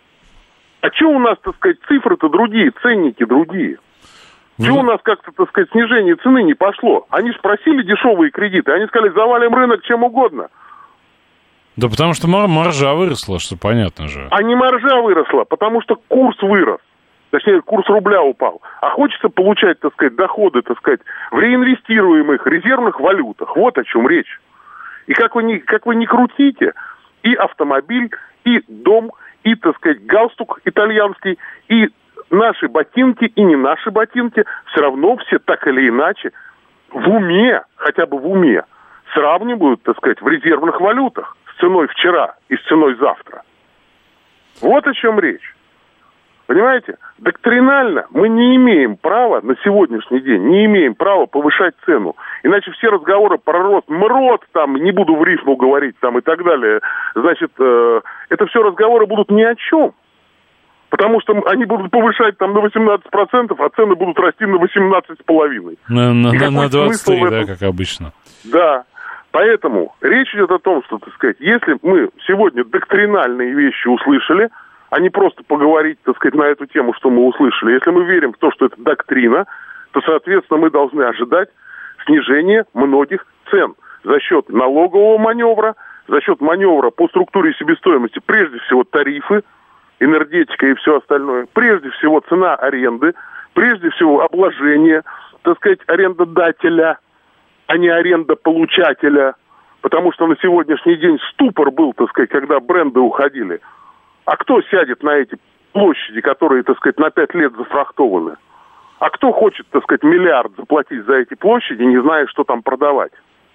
А что у нас, так сказать, цифры-то другие, ценники другие? Чего у нас как-то, так сказать, снижение цены не пошло? Они же просили дешевые кредиты. Они сказали, завалим рынок чем угодно. Да потому что мар- маржа выросла, что понятно же. А не маржа выросла, потому что курс вырос. Точнее, курс рубля упал. А хочется получать, так сказать, доходы, так сказать, в реинвестируемых резервных валютах. Вот о чем речь. И как вы ни, как вы ни крутите, и автомобиль, и дом, и, так сказать, галстук итальянский, и наши ботинки и не наши ботинки, все равно все так или иначе в уме, хотя бы в уме, сравнивают, так сказать, в резервных валютах с ценой вчера и с ценой завтра. Вот о чем речь. Понимаете? Доктринально мы не имеем права на сегодняшний день, не имеем права повышать цену. Иначе все разговоры про рост, МРОТ, там, не буду в рифму говорить, там, и так далее, значит, э, это все разговоры будут ни о чем. Потому что они будут повышать там на восемнадцать процентов, а цены будут расти на восемнадцать целых пять десятых. На, на, на двадцать три, да, как обычно. Да. Поэтому речь идет о том, что, так сказать, если мы сегодня доктринальные вещи услышали, а не просто поговорить, так сказать, на эту тему, что мы услышали, если мы верим в то, что это доктрина, то, соответственно, мы должны ожидать снижения многих цен за счет налогового маневра, за счет маневра по структуре себестоимости, прежде всего тарифы, энергетика и все остальное. Прежде всего цена аренды, прежде всего обложение, так сказать, арендодателя, а не арендополучателя, потому что на сегодняшний день ступор был, так сказать, когда бренды уходили. А кто сядет на эти площади, которые, так сказать, на пять лет зафрахтованы? А кто хочет, так сказать, миллиард заплатить за эти площади, не зная, что там продавать?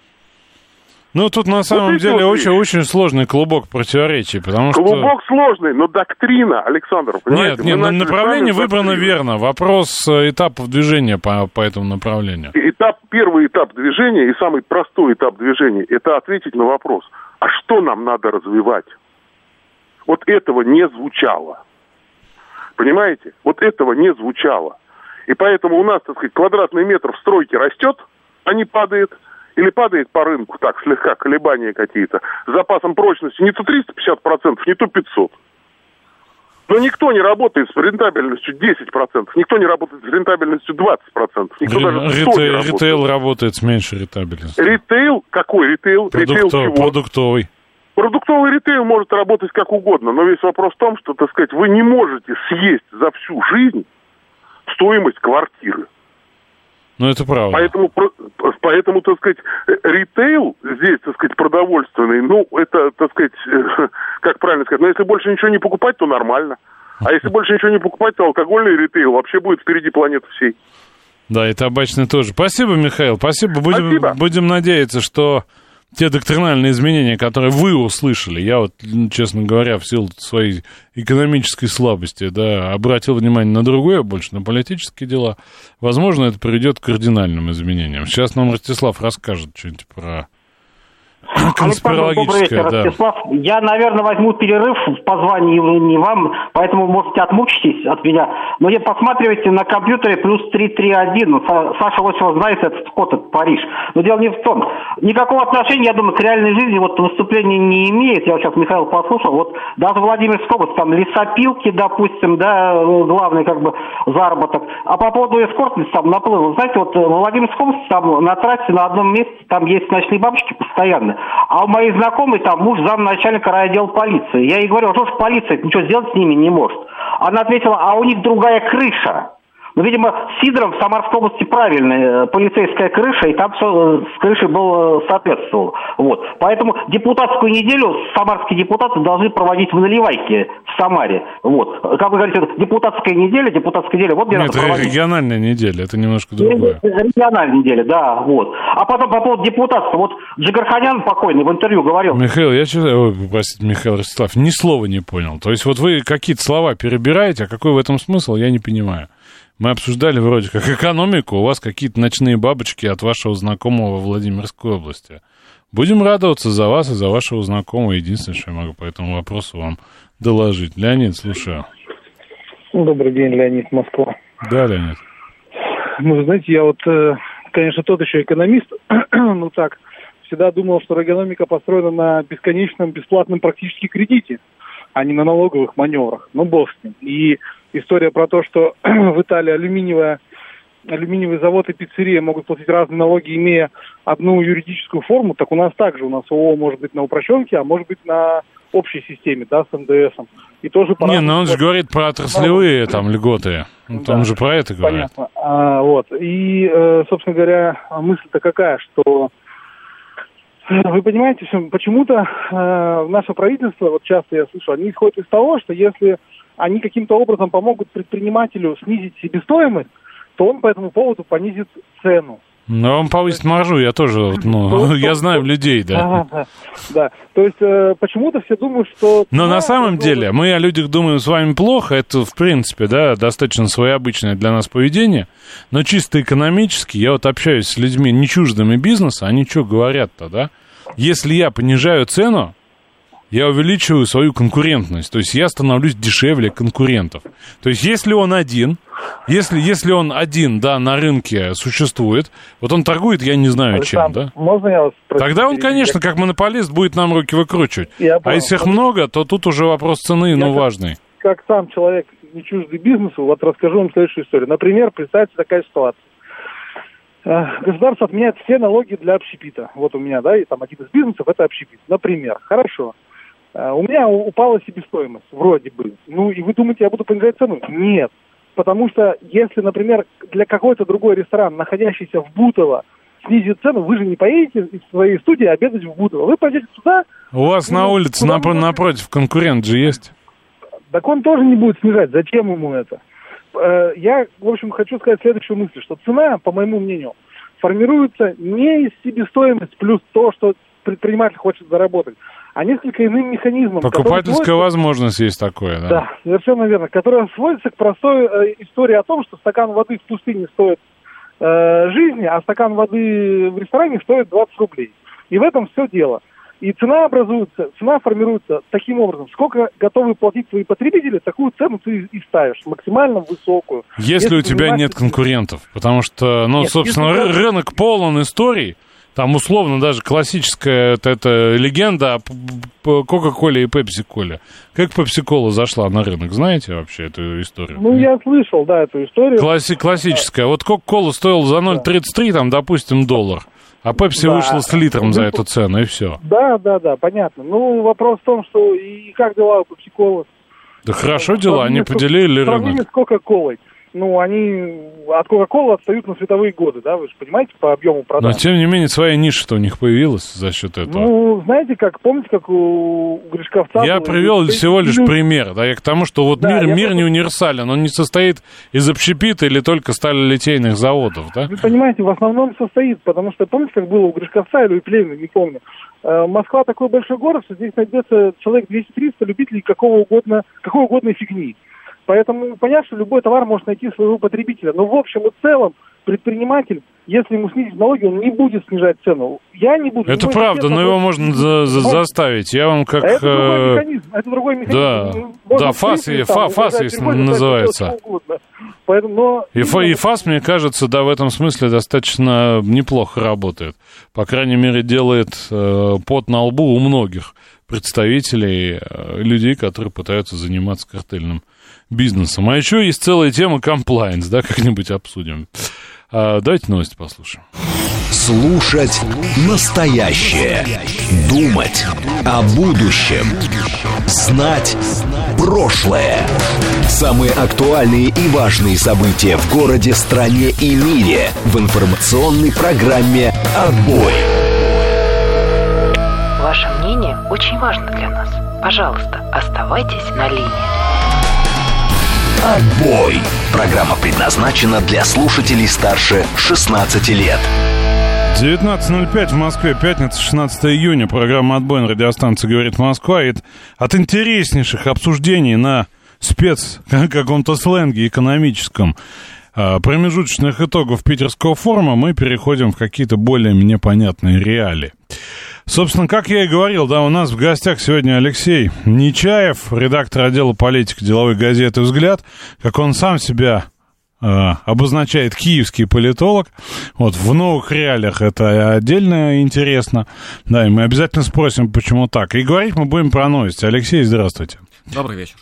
Ну, тут на самом вот деле вот очень, очень сложный клубок противоречий, потому клубок что... Клубок сложный, но доктрина, Александр, понимаете? Нет, нет, направление выбрано доктрину. верно. Вопрос этапов движения по, по этому направлению. Этап, первый этап движения и самый простой этап движения – это ответить на вопрос, а что нам надо развивать? Вот этого не звучало. Понимаете? Вот этого не звучало. И поэтому у нас, так сказать, квадратный метр в стройке растет, а не падает. Или падает по рынку, так, слегка, колебания какие-то, с запасом прочности не то триста пятьдесят процентов, не то пятьсот процентов. Но никто не работает с рентабельностью десять процентов, никто не работает с рентабельностью двадцать процентов, никто Ре- даже сто ритейл, не работает. Ритейл работает с меньшей рентабельностью. Ритейл? Какой ритейл? Продукто- Ритейл чего? Продуктовый. Продуктовый ритейл может работать как угодно, но весь вопрос в том, что, так сказать, вы не можете съесть за всю жизнь стоимость квартиры. Ну, это правда. Поэтому, поэтому, так сказать, ритейл здесь, так сказать, продовольственный, ну, это, так сказать, как правильно сказать, но если больше ничего не покупать, то нормально. А если больше ничего не покупать, то алкогольный ритейл вообще будет впереди планеты всей. Да, и табачный тоже. Спасибо, Михаил, спасибо. Будем, спасибо. Будем надеяться, что те доктринальные изменения, которые вы услышали, я вот, честно говоря, в силу своей экономической слабости, да, обратил внимание на другое, больше на политические дела, возможно, это приведет к кардинальным изменениям. Сейчас нам Ростислав расскажет что-нибудь про конспирологическое. Добрый вечер, Ростислав. Да. Я, наверное, возьму перерыв по званию не вам, поэтому можете отмучитесь от меня. Но я посматривайте на компьютере плюс три три один. Ну, Саша Лосева знает этот код, это Париж. Но дело не в том. Никакого отношения, я думаю, к реальной жизни вот выступление не имеет. Я вот сейчас Михаила послушал. Вот даже Владимирская область, там лесопилки, допустим, да, главный как бы заработок. А по поводу эскортниц там наплыва, знаете, вот в Владимирской области там на трассе на одном месте там есть ночные бабочки постоянно. А у моей знакомой там муж замначальника райотдела полиции. Я ей говорю, а что ж полиция ничего сделать с ними не может? Она ответила, а у них другая крыша. Ну, видимо, Сидоров в Самарской области правильная полицейская крыша, и там все с крышей было соответствовало. Вот. Поэтому депутатскую неделю самарские депутаты должны проводить в Наливайке в Самаре. Вот. Как вы говорите, депутатская неделя, депутатская неделя. Вот где Нет, надо проводить. Региональная неделя, это немножко другое. Региональная неделя, да, вот. А потом по поводу депутатства. Вот Джигарханян покойный в интервью говорил. Михаил, я читаю, ой, простите, Михаил Ростислав, ни слова не понял. То есть вот вы какие-то слова перебираете, а какой в этом смысл, я не понимаю. Мы обсуждали вроде как экономику, у вас какие-то ночные бабочки от вашего знакомого в Владимирской области. Будем радоваться за вас и за вашего знакомого. Единственное, что я могу по этому вопросу вам доложить. Леонид, слушаю. Добрый день, Леонид, Москва. Да, Леонид. Ну, вы знаете, я вот, конечно, тот еще экономист, ну так, всегда думал, что экономика построена на бесконечном бесплатном практически кредите, а не на налоговых маневрах. Ну, бог с ним. И история про то, что в Италии алюминиевая, алюминиевый завод и пиццерия могут платить разные налоги, имея одну юридическую форму, так у нас также. У нас ООО может быть на упрощенке, а может быть на общей системе, да, с эн дэ эсом. И тоже Не, но он же говорит про отраслевые там льготы. Он да, же про это говорит. Понятно. А, вот. И, э, собственно говоря, мысль-то какая, что вы понимаете, почему-то э, наше правительство, вот часто я слышу, они исходят из того, что если они каким-то образом помогут предпринимателю снизить себестоимость, то он по этому поводу понизит цену. Но он повысит маржу, я тоже, ну, я знаю людей, да. Да, да. То есть э, почему-то все думают, что... Но на самом деле мы о людях думаем с вами плохо, это, в принципе, да, достаточно своеобычное для нас поведение, но чисто экономически, я вот общаюсь с людьми не чуждыми бизнеса, они что говорят-то, да? Если я понижаю цену, я увеличиваю свою конкурентность, то есть я становлюсь дешевле конкурентов. То есть если он один, если, если он один, да, на рынке существует, вот он торгует, я не знаю Александр, чем, да? Можно я вас спрошу? Тогда он, конечно, как монополист будет нам руки выкручивать. Я а если их много, то тут уже вопрос цены, ну, как, важный. Как сам человек, не чуждый бизнесу, вот расскажу вам следующую историю. Например, представьте такая ситуация. Государство отменяет все налоги для общепита. Вот у меня, да, и там один из бизнесов – это общепит. Например, хорошо. У меня упала себестоимость, вроде бы. Ну, и вы думаете, я буду понижать цену? Нет. Потому что если, например, для какой-то другой ресторан, находящийся в Бутово, снизит цену, вы же не поедете из своей студии обедать в Бутово. Вы пойдете туда... У вас ну, на улице напр- напротив конкурент же есть? Так он тоже не будет снижать. Зачем ему это? Я, в общем, хочу сказать следующую мысль, что цена, по моему мнению, формируется не из себестоимости плюс то, что предприниматель хочет заработать, а несколько иным механизмом. Покупательская сводится... возможность есть такое, да? Да, совершенно верно. Которая сводится к простой э, истории о том, что стакан воды в пустыне стоит э, жизни, а стакан воды в ресторане стоит двадцать рублей. И в этом все дело. И цена образуется, цена формируется таким образом. Сколько готовы платить твои потребители, такую цену ты и ставишь, максимально высокую. Если, если у тебя нет конкурентов. Потому что, ну, нет, собственно, если... рынок полон историй. Там, условно, даже классическая это, это легенда о Кока-Коле и Пепси-Коле. Как Пепси-Кола зашла на рынок, знаете вообще эту историю? Ну, я слышал, да, эту историю. Класси- классическая. Вот Кока-Кола стоила за ноль тридцать три, там, допустим, доллар. А Пепси да. вышла с литром за эту цену, и все. Да, да, да, понятно. Ну, вопрос в том, что и как дела у Пепси-Колы? Да хорошо дела, они поделили рынок. В сравнении с Кока-Колой. Ну, они от Кока-Колы отстают на световые годы, да, вы же понимаете, по объему продаж. Но, тем не менее, своя ниша-то у них появилась за счет этого. Ну, знаете, как, помните, как у, у Гришковца... Я было, привел всего лишь люди... пример, да, я к тому, что вот да, мир, мир просто... не универсален, он не состоит из общепита или только сталелитейных заводов, да? Вы понимаете, в основном состоит, потому что, помните, как было у Гришковца или у Пелевина, не помню, э, Москва такой большой город, что здесь найдется человек двести-триста любителей какого угодно, какой угодно фигни. Поэтому понятно, что любой товар может найти своего потребителя. Но в общем и целом предприниматель, если ему снизить налоги, он не будет снижать цену. Я не буду. Это правда, но его можно за- за- заставить. Я вам как... А это другой механизм. Это другой механизм. Да, да ФАС, и, фа, ФАС есть, называется. Поэтому, но... И, фа, и ФАС, мне кажется, да, в этом смысле достаточно неплохо работает. По крайней мере, делает э, пот на лбу у многих представителей, э, людей, которые пытаются заниматься картельным бизнесом. А еще есть целая тема комплайнс, да, как-нибудь обсудим. А, давайте новости послушаем. Слушать настоящее. Думать о будущем. Знать прошлое. Самые актуальные и важные события в городе, стране и мире в информационной программе «Отбой». Ваше мнение очень важно для нас. Пожалуйста, оставайтесь на линии. Отбой. Программа предназначена для слушателей старше шестнадцати лет. девятнадцать ноль пять в Москве, пятница, шестнадцатого июня. Программа «Отбой» на радиостанции «Говорит Москва». И от интереснейших обсуждений на спец каком-то сленге экономическом промежуточных итогов питерского форума мы переходим в какие-то более мне понятные реалии. Собственно, как я и говорил, да, у нас в гостях сегодня Алексей Нечаев, редактор отдела политики деловой газеты «Взгляд». Как он сам себя э, обозначает, киевский политолог. Вот в новых реалиях это отдельно интересно. Да, и мы обязательно спросим, почему так. И говорить мы будем про новости. Алексей, здравствуйте. Добрый вечер.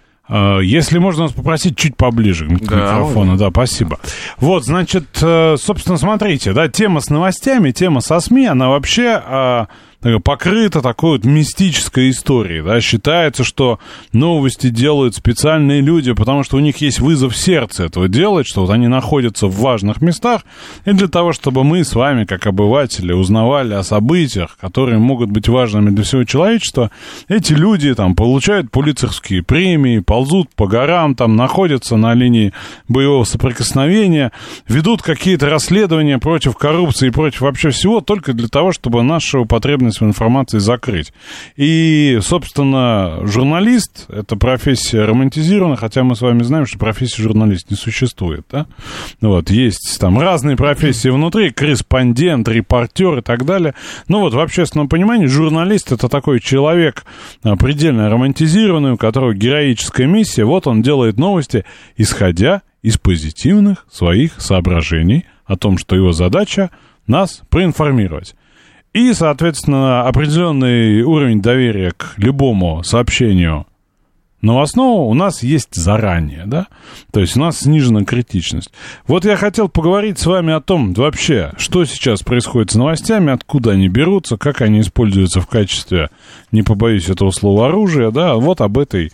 Если можно нас попросить чуть поближе к да, микрофону, можно. Да, спасибо. Вот, значит, собственно, смотрите, да, тема с новостями, тема со СМИ, она вообще покрыта такой вот мистической историей, да, считается, что новости делают специальные люди, потому что у них есть вызов сердца этого делать, что вот они находятся в важных местах, и для того, чтобы мы с вами, как обыватели, узнавали о событиях, которые могут быть важными для всего человечества, эти люди там получают пулитцеровские премии, ползут по горам, там находятся на линии боевого соприкосновения, ведут какие-то расследования против коррупции и против вообще всего, только для того, чтобы нашу потребность в информации закрыть. И, собственно, журналист — это профессия романтизирована, хотя мы с вами знаем, что профессия журналист не существует, да? Вот, есть там разные профессии внутри, корреспондент, репортер и так далее. Ну вот, в общественном понимании журналист — это такой человек предельно романтизированный, у которого героическая миссия, вот он делает новости, исходя из позитивных своих соображений о том, что его задача — нас проинформировать. И, соответственно, определенный уровень доверия к любому сообщению новостного у нас есть заранее, да? То есть у нас снижена критичность. Вот я хотел поговорить с вами о том, вообще, что сейчас происходит с новостями, откуда они берутся, как они используются в качестве, не побоюсь этого слова, оружия, да? Вот об этой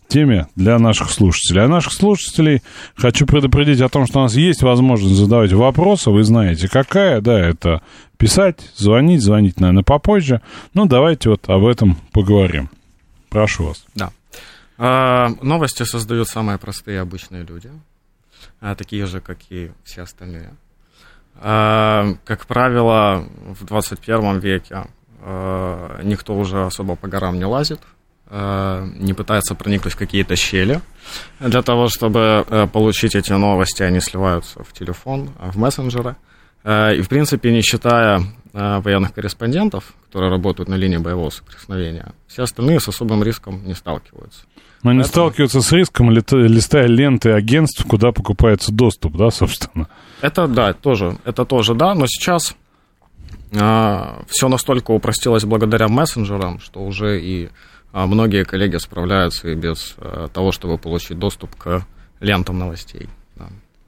теме для наших слушателей. А наших слушателей хочу предупредить о том, что у нас есть возможность задавать вопросы. Вы знаете, какая, да, это писать, звонить, звонить, наверное, попозже. Ну, давайте вот об этом поговорим. Прошу вас. Да. А, новости создают самые простые обычные люди, а, такие же, как и все остальные. А, как правило, в двадцать первом веке а, никто уже особо по горам не лазит, не пытается проникнуть в какие-то щели. Для того, чтобы получить эти новости, они сливаются в телефон, в мессенджеры. И, в принципе, не считая военных корреспондентов, которые работают на линии боевого соприкосновения, все остальные с особым риском не сталкиваются. Но они сталкиваются с риском, листая ленты агентств, куда покупается доступ, да, собственно? Это, да, тоже, это тоже, да, но сейчас э, все настолько упростилось благодаря мессенджерам, что уже и А многие коллеги справляются и без э, того, чтобы получить доступ к лентам новостей. Да.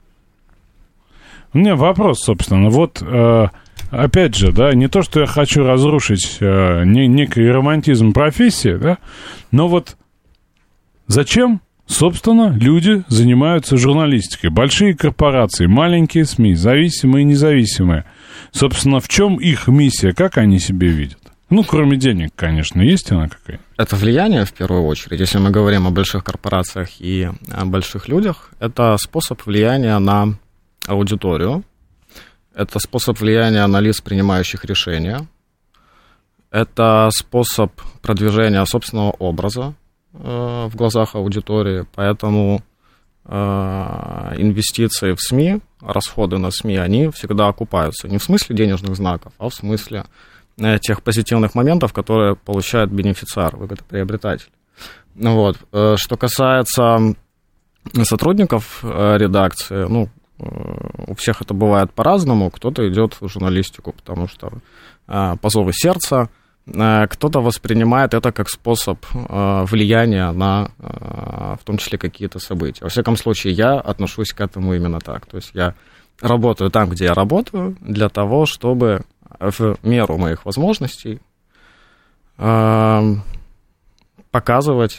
У меня вопрос, собственно. Вот, э, опять же, да, не то, что я хочу разрушить э, не, некий романтизм профессии, да, но вот зачем, собственно, люди занимаются журналистикой? Большие корпорации, маленькие СМИ, зависимые и независимые. Собственно, в чем их миссия, как они себе видят? Ну, кроме денег, конечно, есть она какая-то? Это влияние, в первую очередь, если мы говорим о больших корпорациях и о больших людях, это способ влияния на аудиторию, это способ влияния на лиц, принимающих решения, это способ продвижения собственного образа э, в глазах аудитории, поэтому э, инвестиции в СМИ, расходы на СМИ, они всегда окупаются, не в смысле денежных знаков, а в смысле тех позитивных моментов, которые получает бенефициар, выгодоприобретатель. Вот. Что касается сотрудников редакции, ну, у всех это бывает по-разному. Кто-то идет в журналистику, потому что по зову сердца, кто-то воспринимает это как способ влияния на, в том числе, какие-то события. Во всяком случае, я отношусь к этому именно так. То есть я работаю там, где я работаю, для того, чтобы в меру моих возможностей э, показывать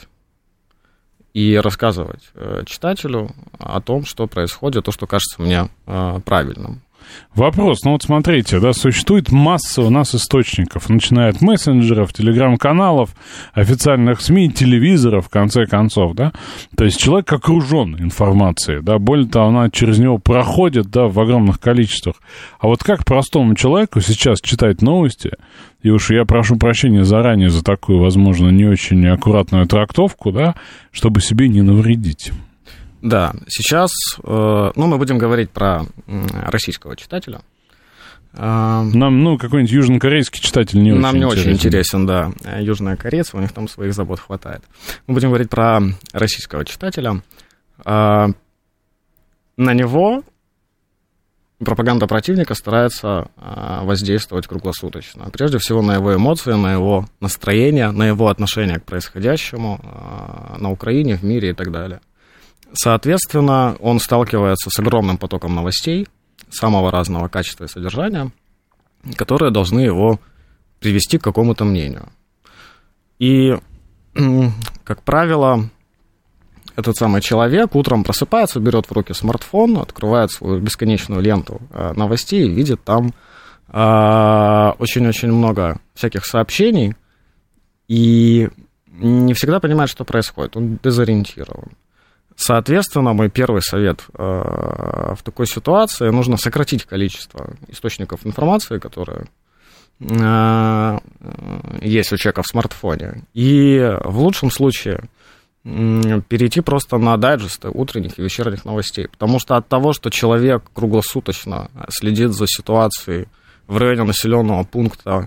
и рассказывать э, читателю о том, что происходит, то, что кажется мне э, правильным. Вопрос, ну вот смотрите, да, существует масса у нас источников, начиная от мессенджеров, телеграм-каналов, официальных СМИ, телевизоров, в конце концов, да, то есть человек окружен информацией, да, более того, она через него проходит, да, в огромных количествах, а вот как простому человеку сейчас читать новости, и уж я прошу прощения заранее за такую, возможно, не очень аккуратную трактовку, да, чтобы себе не навредить? Да, сейчас, э, ну, мы будем говорить про российского читателя. Нам, ну, какой-нибудь южнокорейский читатель не Нам очень не интересен. очень интересен, да. Южные корейцы, у них там своих забот хватает. Мы будем говорить про российского читателя. Э, на него пропаганда противника старается э, воздействовать круглосуточно. Прежде всего на его эмоции, на его настроение, на его отношение к происходящему э, на Украине, в мире и так далее. Соответственно, он сталкивается с огромным потоком новостей самого разного качества и содержания, которые должны его привести к какому-то мнению. И, как правило, этот самый человек утром просыпается, берет в руки смартфон, открывает свою бесконечную ленту новостей и видит там очень-очень много всяких сообщений и не всегда понимает, что происходит. Он дезориентирован. Соответственно, мой первый совет э, в такой ситуации: нужно сократить количество источников информации, которые э, есть у человека в смартфоне, и в лучшем случае э, перейти просто на дайджесты утренних и вечерних новостей, потому что от того, что человек круглосуточно следит за ситуацией в районе населенного пункта,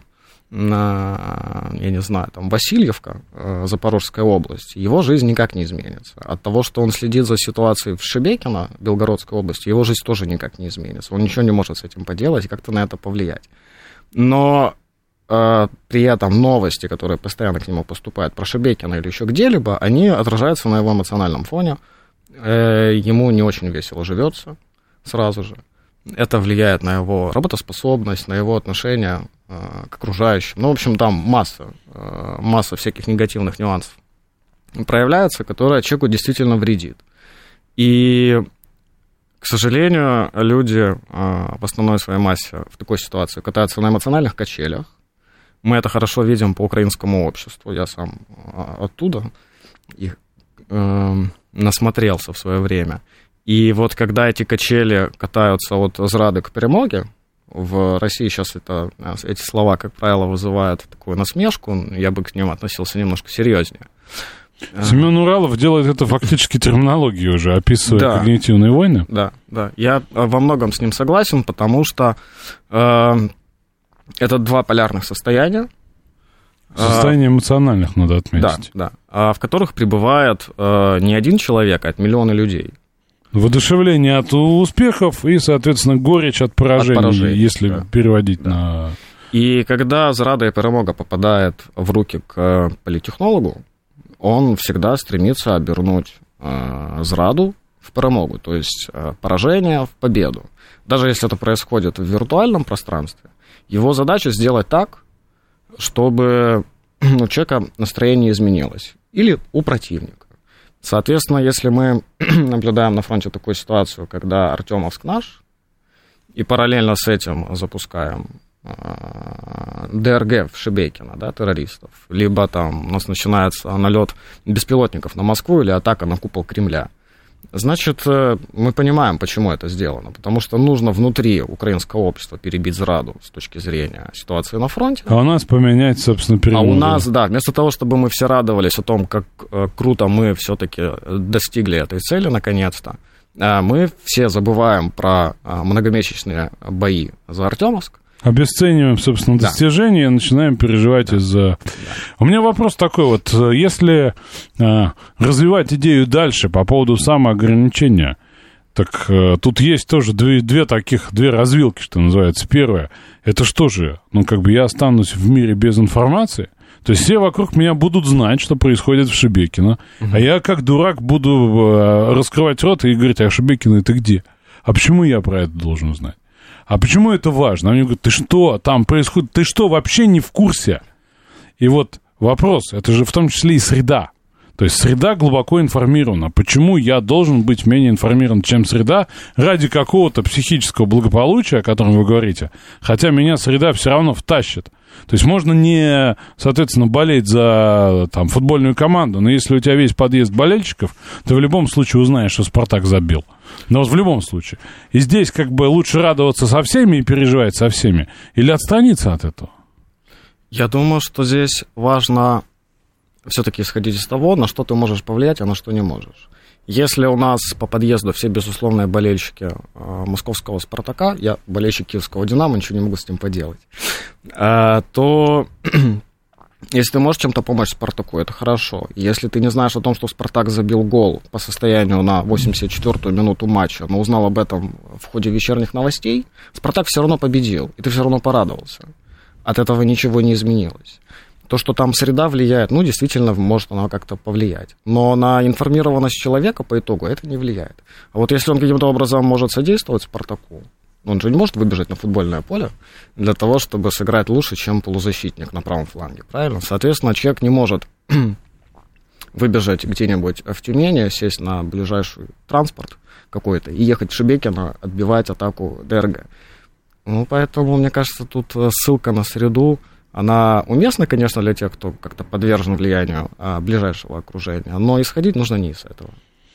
на, я не знаю, там, Васильевка, Запорожская область, его жизнь никак не изменится. От того, что он следит за ситуацией в Шебекино, Белгородской области, его жизнь тоже никак не изменится. Он ничего не может с этим поделать и как-то на это повлиять. Но э, при этом новости, которые постоянно к нему поступают про Шебекино или еще где-либо, они отражаются на его эмоциональном фоне. Э, ему не очень весело живется сразу же. Это влияет на его работоспособность, на его отношение э, к окружающим. Ну, в общем, там масса, э, масса всяких негативных нюансов проявляется, которая человеку действительно вредит. И, к сожалению, люди в основной своей массе в такой ситуации катаются на эмоциональных качелях. Мы это хорошо видим по украинскому обществу. Я сам оттуда их э, насмотрелся в свое время. И вот когда эти качели катаются от зрады к перемоге, в России сейчас это, эти слова, как правило, вызывают такую насмешку, я бы к ним относился немножко серьезнее. Семен Уралов делает это фактически терминологией уже, описывая да. когнитивные войны. Да, да. Я во многом с ним согласен, потому что э, это два полярных состояния. Состояние эмоциональных, надо отметить. Да, да. В которых пребывает э, не один человек, а миллионы людей. Воодушевление от успехов и, соответственно, горечь от поражений, от поражений если да. переводить да. на... И когда зрада и перемога попадает в руки к политтехнологу, он всегда стремится обернуть э, зраду в перемогу, то есть э, поражение в победу. Даже если это происходит в виртуальном пространстве, его задача сделать так, чтобы у человека настроение изменилось. Или у противника. Соответственно, если мы наблюдаем на фронте такую ситуацию, когда Артемовск наш, и параллельно с этим запускаем ДРГ в Шебекино, да, террористов, либо там у нас начинается налет беспилотников на Москву или атака на купол Кремля, значит, мы понимаем, почему это сделано. Потому что нужно внутри украинского общества перебить зраду с точки зрения ситуации на фронте. А у нас поменять, собственно, перемогу. А у нас, да, вместо того, чтобы мы все радовались о том, как круто мы все-таки достигли этой цели наконец-то, мы все забываем про многомесячные бои за Артемовск. Обесцениваем, собственно, достижения да. и начинаем переживать да. из-за... Да. У меня вопрос такой вот, если э, развивать идею дальше по поводу самоограничения, так э, тут есть тоже две, две таких, две развилки, что называется. Первое, это что же, ну, как бы я останусь в мире без информации, то есть все вокруг меня будут знать, что происходит в Шебекино, угу. а я как дурак буду э, раскрывать рот и говорить, а Шебекино это где? А почему я про это должен знать? А почему это важно? Они говорят, ты что, там происходит, ты что, вообще не в курсе? И вот вопрос, это же в том числе и среда. То есть среда глубоко информирована. Почему я должен быть менее информирован, чем среда, ради какого-то психического благополучия, о котором вы говорите, хотя меня среда все равно втащит. То есть можно не, соответственно, болеть за там, футбольную команду, но если у тебя весь подъезд болельщиков, ты в любом случае узнаешь, что «Спартак» забил. Но вот в любом случае. И здесь как бы лучше радоваться со всеми и переживать со всеми, или отстраниться от этого? Я думаю, что здесь важно все-таки исходить из того, на что ты можешь повлиять, а на что не можешь. Если у нас по подъезду все безусловные болельщики э, московского «Спартака», я болельщик киевского «Динамо», ничего не могу с ним поделать, э, то если ты можешь чем-то помочь «Спартаку», это хорошо. Если ты не знаешь о том, что «Спартак» забил гол по состоянию на восемьдесят четвёртую минуту матча, но узнал об этом в ходе вечерних новостей, «Спартак» все равно победил, и ты все равно порадовался. От этого ничего не изменилось. То, что там среда влияет, ну, действительно, может она как-то повлиять. Но на информированность человека по итогу это не влияет. А вот если он каким-то образом может содействовать «Спартаку», он же не может выбежать на футбольное поле для того, чтобы сыграть лучше, чем полузащитник на правом фланге, правильно? Соответственно, человек не может выбежать где-нибудь в Тюмени, сесть на ближайший транспорт какой-то и ехать в Шебекино, отбивать атаку ДРГ. Ну, поэтому, мне кажется, тут ссылка на среду, она уместна, конечно, для тех, кто как-то подвержен влиянию а, ближайшего окружения, но исходить нужно не из этого.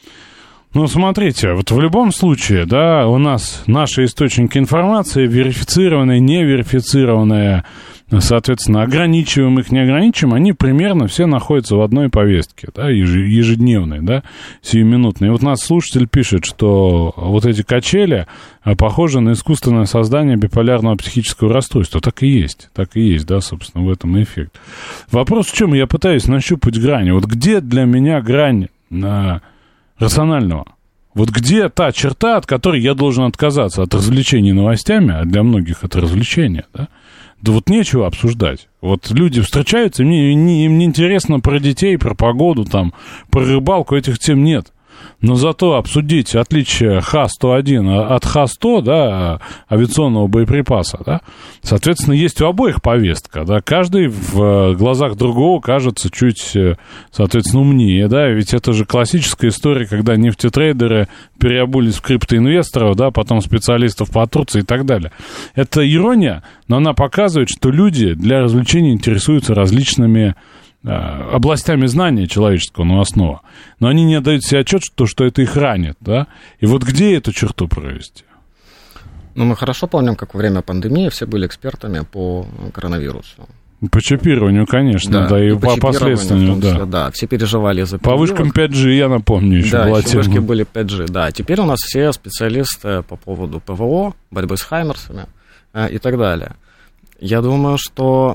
Ну, смотрите, вот в любом случае, да, у нас наши источники информации, верифицированные, неверифицированные, соответственно, ограничиваем их, не ограничиваем, они примерно все находятся в одной повестке, да, ежедневной, да, сиюминутной. И вот нас слушатель пишет, что вот эти качели похожи на искусственное создание биполярного психического расстройства. Так и есть, так и есть, да, собственно, в этом и эффект. Вопрос в чем? Я пытаюсь нащупать грани. Вот где для меня грань на рационального? Вот где та черта, от которой я должен отказаться от развлечений новостями, а для многих это развлечение, да? Да вот нечего обсуждать. Вот люди встречаются, мне, им не интересно про детей, про погоду, там, про рыбалку, этих тем нет. Но зато обсудить отличие Х сто один от Х сто, да, авиационного боеприпаса, да, соответственно, есть у обоих повестка, да, каждый в глазах другого кажется чуть, соответственно, умнее, да, ведь это же классическая история, когда нефтетрейдеры переобулись в криптоинвесторов, да, потом специалистов по Турции и так далее. Это ирония, но она показывает, что люди для развлечения интересуются различными областями знания человеческого новостного, но они не отдают себе отчет, что, что это их ранит, да? И вот где эту черту провести? Ну, мы хорошо помним, как во время пандемии все были экспертами по коронавирусу. По чипированию, конечно, да, да и, и по, по последствиям, да. Числе, да. Все переживали за по вышкам пять джи, я напомню, еще да, была еще тема. вышки были пять джи, да. Теперь у нас все специалисты по поводу ПВО, борьбы с хаймерсами э, и так далее. Я думаю, что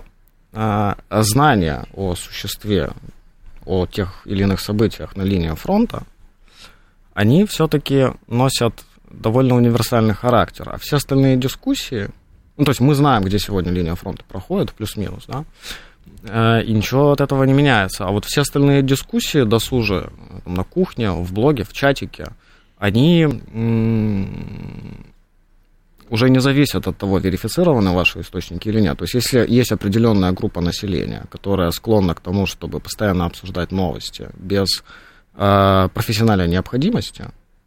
знания о существе, о тех или иных событиях на линии фронта, они все-таки носят довольно универсальный характер. А все остальные дискуссии, ну, то есть мы знаем, где сегодня линия фронта проходит, плюс-минус, да, и ничего от этого не меняется. А вот все остальные дискуссии досужие, там, на кухне, в блоге, в чатике, они м- уже не зависят от того, верифицированы ваши источники или нет. То есть, если есть определенная группа населения, которая склонна к тому, чтобы постоянно обсуждать новости без э, профессиональной необходимости,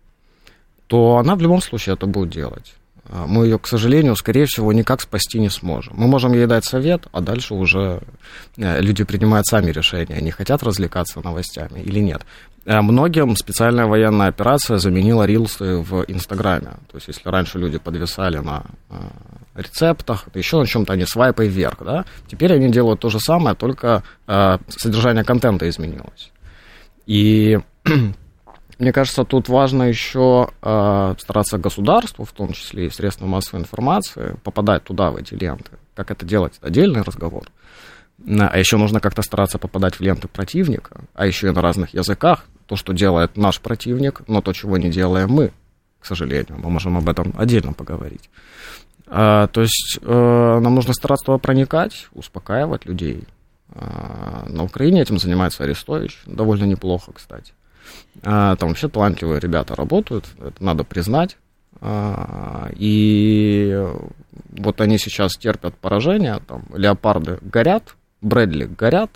то она в любом случае это будет делать. Мы ее, к сожалению, скорее всего, никак спасти не сможем. Мы можем ей дать совет, а дальше уже люди принимают сами решения, они хотят развлекаться новостями или нет. Многим специальная военная операция заменила рилсы в Инстаграме. То есть, если раньше люди подвисали на рецептах, еще на чем-то, они свайпой вверх, да, теперь они делают то же самое, только содержание контента изменилось. И мне кажется, тут важно еще э, стараться государству, в том числе и средствам массовой информации, попадать туда, в эти ленты. Как это делать, это отдельный разговор. А еще нужно как-то стараться попадать в ленты противника, а еще и на разных языках. То, что делает наш противник, но то, чего не делаем мы, к сожалению. Мы можем об этом отдельно поговорить. А, то есть э, нам нужно стараться туда проникать, успокаивать людей. А, на Украине этим занимается Арестович, довольно неплохо, кстати. Там вообще талантливые ребята работают, это надо признать. И вот они сейчас терпят поражение, там, леопарды горят, Брэдли горят,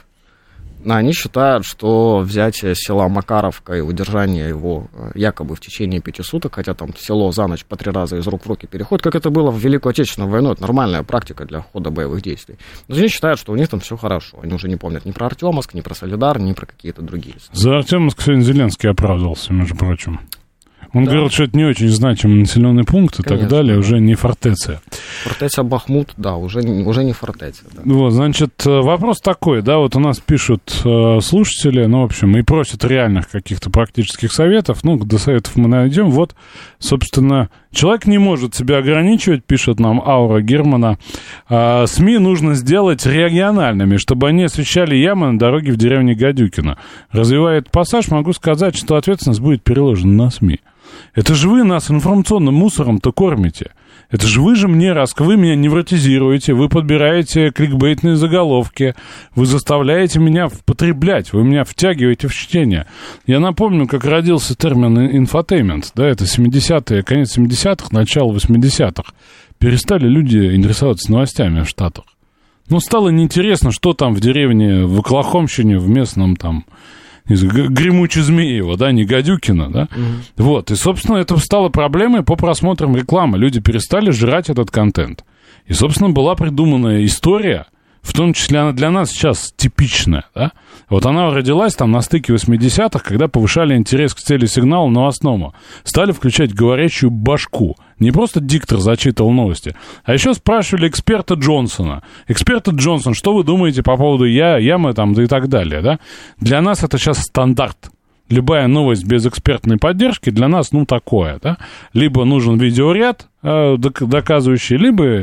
но они считают, что взятие села Макаровка и удержание его якобы в течение пяти суток, хотя там село за ночь по три раза из рук в руки переходит, как это было в Великую Отечественную войну, это нормальная практика для хода боевых действий. Но они считают, что у них там все хорошо. Они уже не помнят ни про Артемовск, ни про Солидар, ни про какие-то другие. За Артемовск сегодня Зеленский оправдывался, между прочим. Он да. говорил, что это не очень значимый населенный пункт и Конечно, так далее, да. уже не фортеция. Фортеция Бахмут, да, уже, уже не фортеция. Да. Вот, значит, вопрос такой, да, вот у нас пишут э, слушатели, ну, в общем, и просят реальных каких-то практических советов, ну, до советов мы найдем. Вот, собственно, человек не может себя ограничивать, пишет нам Аура Германа. Э, СМИ нужно сделать региональными, чтобы они освещали ямы на дороге в деревне Гадюкино. Развивая этот пассаж, могу сказать, что ответственность будет переложена на СМИ. Это же вы нас информационным мусором-то кормите. Это же вы же мне, раз вы меня невротизируете, вы подбираете кликбейтные заголовки, вы заставляете меня потреблять, вы меня втягиваете в чтение. Я напомню, как родился термин инфотеймент, да, это семидесятые, конец семидесятых, начало восьмидесятых. Перестали люди интересоваться новостями в Штатах. Ну, стало неинтересно, что там в деревне, в Оклахомщине, в местном там... Гремуче-Змеево, да, не Гадюкино, да, mm-hmm. вот, и, собственно, это стало проблемой по просмотрам рекламы, люди перестали жрать этот контент, и, собственно, была придумана история, в том числе она для нас сейчас типичная, да, вот она родилась там на стыке восьмидесятых, когда повышали интерес к телесигналу новостному, стали включать говорящую башку, не просто диктор зачитывал новости, а еще спрашивали эксперта Джонсона. Эксперта Джонсон, что вы думаете по поводу я, ямы там, да и так далее, да? Для нас это сейчас стандарт. Любая новость без экспертной поддержки для нас, ну, такое, да? Либо нужен видеоряд, э, доказывающий, либо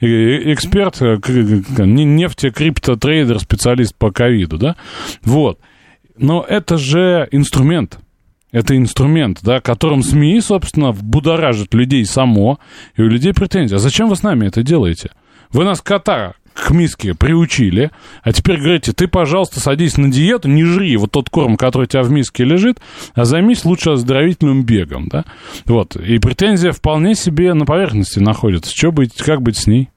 эксперт, э, нефтекриптотрейдер, специалист по ковиду, да? Вот. Но это же инструмент. Это инструмент, да, которым СМИ, собственно, будоражит людей само, и у людей претензии. А зачем вы с нами это делаете? Вы нас кота к миске приучили, а теперь говорите, ты, пожалуйста, садись на диету, не жри вот тот корм, который у тебя в миске лежит, а займись лучше оздоровительным бегом, да? Вот, и претензия вполне себе на поверхности находится. Что быть, как быть с ней?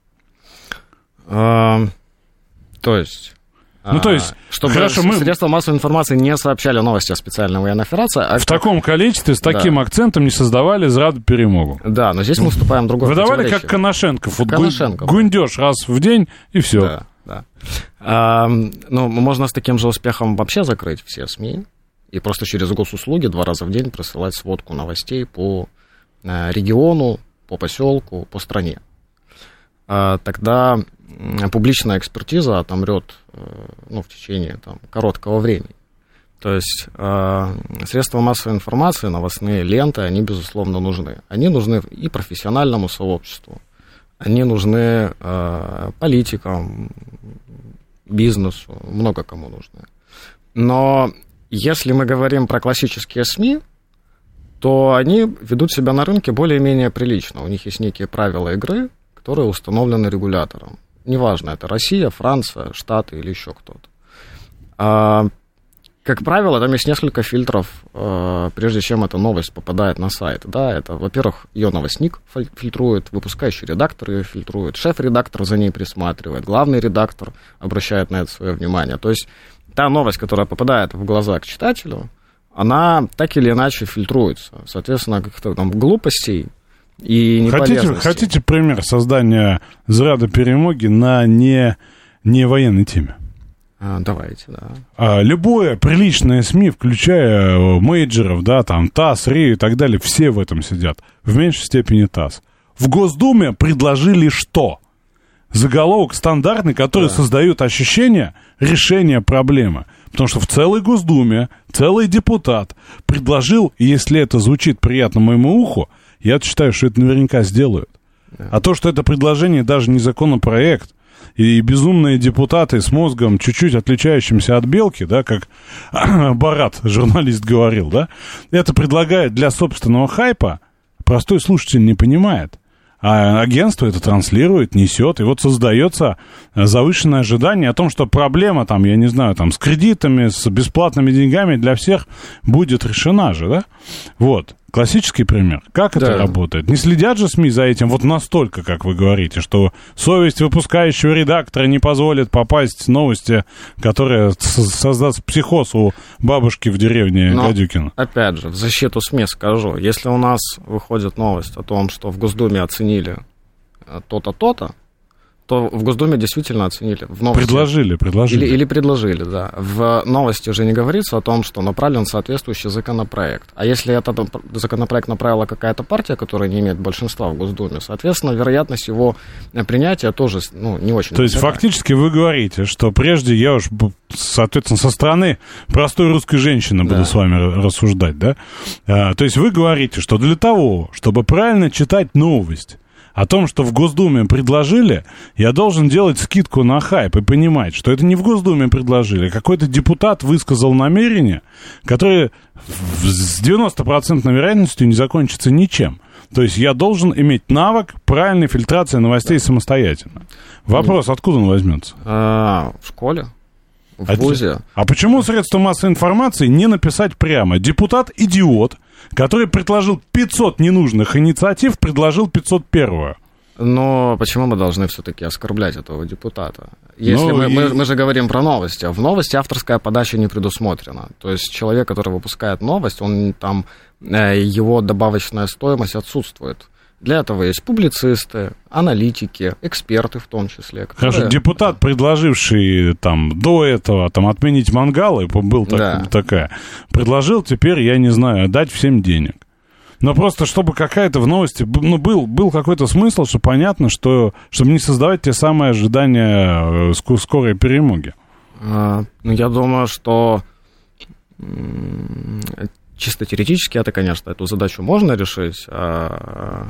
А, то есть... Ну, то есть, чтобы хорошо, мы... средства массовой информации не сообщали новости о специальной военной операции. А в как... таком количестве, с таким да. акцентом не создавали зраду перемогу. Да, но здесь мы вступаем в другое противоречие. Выдавали как Коношенков. Вот Коношенков. Гундеж раз в день, и все. Да, да. А, ну, можно с таким же успехом вообще закрыть все СМИ и просто через госуслуги два раза в день присылать сводку новостей по региону, по поселку, по стране. А, тогда публичная экспертиза отомрет ну, в течение там, короткого времени. То есть э, средства массовой информации, новостные ленты, они, безусловно, нужны. Они нужны и профессиональному сообществу, они нужны э, политикам, бизнесу, много кому нужны. Но если мы говорим про классические СМИ, то они ведут себя на рынке более-менее прилично. У них есть некие правила игры, которые установлены регулятором. Неважно, это Россия, Франция, Штаты или еще кто-то. А, как правило, там есть несколько фильтров, а, прежде чем эта новость попадает на сайт. Да, это, во-первых, ее новостник фильтрует, выпускающий редактор ее фильтрует, шеф-редактор за ней присматривает, главный редактор обращает на это свое внимание. То есть та новость, которая попадает в глаза к читателю, она так или иначе фильтруется. Соответственно, каких-то там глупостей и хотите, хотите пример создания зрады перемоги на не, не военной теме? А, давайте, да. А, любое приличное СМИ, включая мейджеров, да, там ТАСС, РИА и так далее, все в этом сидят. В меньшей степени ТАСС. В Госдуме предложили что? Заголовок стандартный, который да. создает ощущение решения проблемы. Потому что в целой Госдуме целый депутат предложил, и если это звучит приятно моему уху, я считаю, что это наверняка сделают. Да. А то, что это предложение даже не законопроект, и безумные депутаты с мозгом, чуть-чуть отличающимся от белки, да, как Барат, журналист, говорил, да, это предлагает для собственного хайпа, простой слушатель не понимает. А агентство это транслирует, несет, и вот создается завышенное ожидание о том, что проблема, там, я не знаю, там, с кредитами, с бесплатными деньгами для всех будет решена же, да? Вот. Классический пример. Как да. это работает? Не следят же СМИ за этим вот настолько, как вы говорите, что совесть выпускающего редактора не позволит попасть в новости, которые создаст психоз у бабушки в деревне Но, Гадюкино. Опять же, в защиту СМИ скажу. Если у нас выходит новость о том, что в Госдуме оценили то-то, то-то, то в Госдуме действительно оценили. В новости, предложили, предложили. Или, или предложили, да. В новости же не говорится о том, что направлен соответствующий законопроект. А если этот законопроект направила какая-то партия, которая не имеет большинства в Госдуме, соответственно, вероятность его принятия тоже ну, не очень. То есть, фактически вы говорите, что прежде я уж, соответственно, со стороны простой русской женщины буду да. с вами рассуждать, да? А, то есть вы говорите, что для того, чтобы правильно читать новость о том, что в Госдуме предложили, я должен делать скидку на хайп и понимать, что это не в Госдуме предложили. Какой-то депутат высказал намерение, которое с девяносто процентов вероятностью не закончится ничем. То есть я должен иметь навык правильной фильтрации новостей самостоятельно. Вопрос, откуда он возьмется? А, в школе. В а, ВУЗе. А почему средства массовой информации не написать прямо? Депутат-идиот, который предложил пятьсот ненужных инициатив, предложил пятьсот первую. Но почему мы должны все-таки оскорблять этого депутата? Если ну, мы, и... мы, мы же говорим про новости. В новости авторская подача не предусмотрена. То есть человек, который выпускает новость, он там, его добавочная стоимость отсутствует. Для этого есть публицисты, аналитики, эксперты в том числе. Которые... Хорошо, депутат, предложивший там до этого там, отменить мангалы, был так, да. такая, предложил теперь, я не знаю, дать всем денег. Но просто чтобы какая-то в новости, ну, был, был какой-то смысл, что понятно, что, чтобы не создавать те самые ожидания скорой перемоги. А, ну, я думаю, что чисто теоретически это, конечно, эту задачу можно решить, а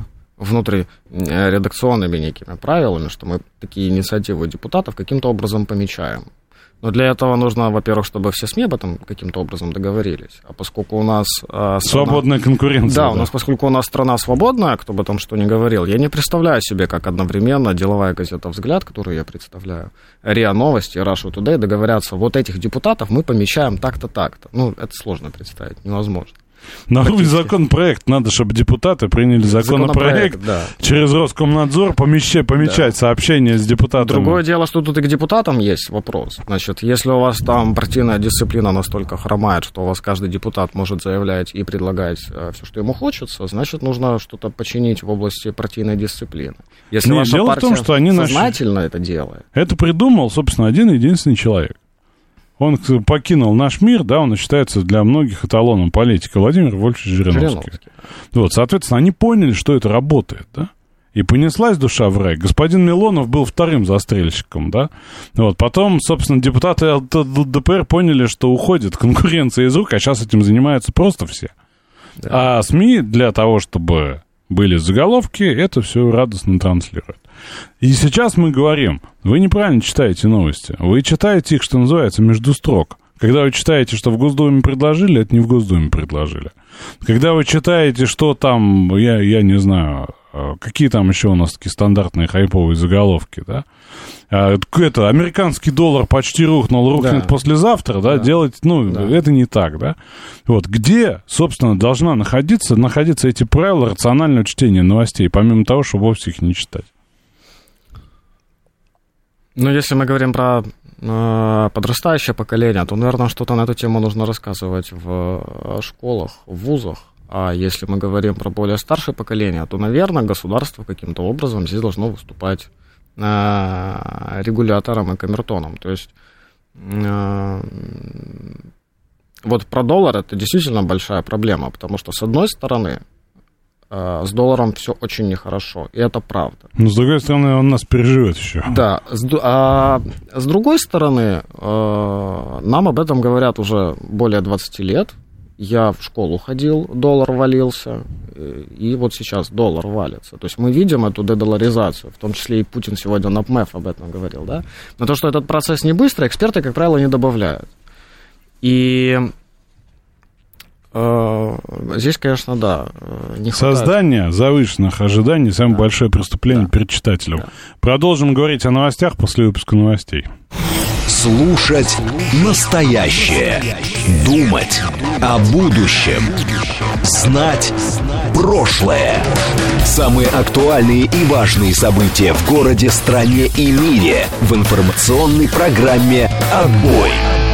внутриредакционными некими правилами, что мы такие инициативы депутатов каким-то образом помечаем. Но для этого нужно, во-первых, чтобы все СМИ об этом каким-то образом договорились. А поскольку у нас... Э, страна... Свободная конкуренция. Да, да, у нас, поскольку у нас страна свободная, кто бы там что ни говорил, я не представляю себе, как одновременно деловая газета «Взгляд», которую я представляю, РИА Новости, Russia Today договорятся, вот этих депутатов мы помещаем так-то, так-то. Ну, это сложно представить, невозможно. На уровне законопроект надо, чтобы депутаты приняли законопроект, законопроект да. через Роскомнадзор помещать, помечать да. сообщения с депутатами. Другое дело, что тут и к депутатам есть вопрос. Значит, если у вас там партийная дисциплина настолько хромает, что у вас каждый депутат может заявлять и предлагать все, что ему хочется, значит, нужно что-то починить в области партийной дисциплины. Если Нет, ваша дело партия в том, что они сознательно наши... это делает. Это придумал, собственно, один единственный человек. Он покинул наш мир, да, он считается для многих эталоном политика, Владимир Вольфович Жириновский. Жириновский. Вот, соответственно, они поняли, что это работает, да, и понеслась душа в рай. Господин Милонов был вторым застрельщиком, да, вот, потом, собственно, депутаты ЛДПР поняли, что уходит конкуренция из рук, а сейчас этим занимаются просто все. Да. А СМИ для того, чтобы были заголовки, это все радостно транслируют. И сейчас мы говорим, вы неправильно читаете новости, вы читаете их, что называется, между строк. Когда вы читаете, что в Госдуме предложили, это не в Госдуме предложили. Когда вы читаете, что там, я, я не знаю, какие там еще у нас такие стандартные хайповые заголовки, да? Это, американский доллар почти рухнул, рухнет да. послезавтра, да, да. делать, ну, да. это не так, да? Вот, где, собственно, должна находиться, находиться эти правила рационального чтения новостей, помимо того, чтобы вовсе их не читать? Ну, если мы говорим про э, подрастающее поколение, то, наверное, что-то на эту тему нужно рассказывать в школах, в вузах. А если мы говорим про более старшее поколение, то, наверное, государство каким-то образом здесь должно выступать э, регулятором и камертоном. То есть э, вот про доллар это действительно большая проблема, потому что, с одной стороны, с долларом все очень нехорошо, и это правда. Но, с другой стороны, он нас переживет еще. Да, а с другой стороны, нам об этом говорят уже более двадцати лет. Я в школу ходил, доллар валился, и вот сейчас доллар валится. То есть мы видим эту дедоларизацию, в том числе и Путин сегодня на ПМЭФ об этом говорил, да? Но то, что этот процесс не быстрый, эксперты, как правило, не добавляют. И... Здесь, конечно, да, не хватает. Создание завышенных ожиданий – самое да. большое преступление да. перед читателем. Да. Продолжим говорить о новостях после выпуска новостей. Слушать настоящее. Думать о будущем. Знать прошлое. Самые актуальные и важные события в городе, стране и мире в информационной программе «Отбой».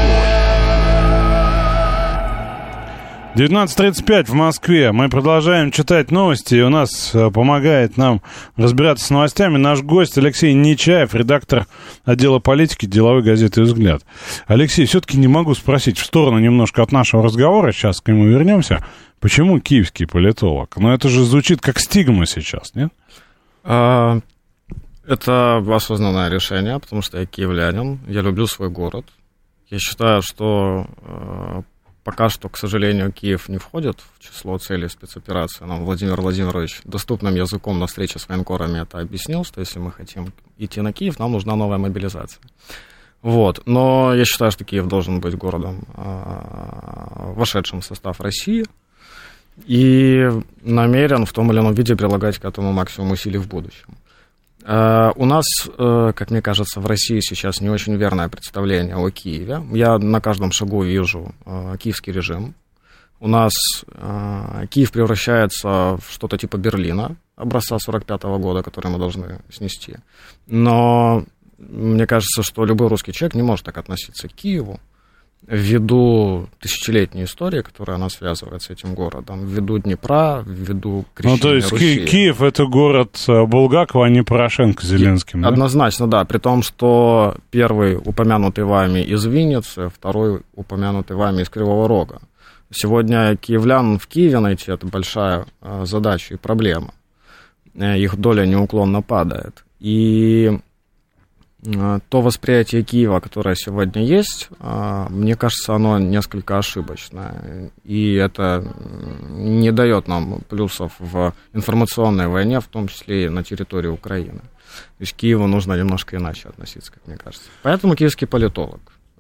девятнадцать тридцать пять в Москве. Мы продолжаем читать новости, и у нас помогает нам разбираться с новостями наш гость Алексей Нечаев, редактор отдела политики деловой газеты «Взгляд». Алексей, все-таки не могу спросить, в сторону немножко от нашего разговора, сейчас к нему вернемся, почему киевский политолог? Но это же звучит как стигма сейчас, нет? А, это осознанное решение, потому что я киевлянин, я люблю свой город. Я считаю, что... Пока что, к сожалению, Киев не входит в число целей спецоперации. Нам Владимир Владимирович доступным языком на встрече с военкорами это объяснил, что если мы хотим идти на Киев, нам нужна новая мобилизация. Вот. Но я считаю, что Киев должен быть городом, вошедшим в состав России, и намерен в том или ином виде прилагать к этому максимум усилий в будущем. У нас, как мне кажется, в России сейчас не очень верное представление о Киеве. Я на каждом шагу вижу киевский режим. У нас Киев превращается в что-то типа Берлина, образца сорок пятого года, который мы должны снести. Но мне кажется, что любой русский человек не может так относиться к Киеву, ввиду тысячелетней истории, которая нас связывает с этим городом, ввиду Днепра, ввиду крещения Ну, то есть Руси. Киев — это город Булгакова, а не Порошенко с Зеленским, да? Однозначно, да, при том, что первый упомянутый вами из Винницы, второй упомянутый вами из Кривого Рога. Сегодня киевлян в Киеве найти — это большая задача и проблема. Их доля неуклонно падает. И то восприятие Киева, которое сегодня есть, мне кажется, оно несколько ошибочное. И это не дает нам плюсов в информационной войне, в том числе и на территории Украины. То есть к Киеву нужно немножко иначе относиться, как мне кажется. Поэтому киевский политолог.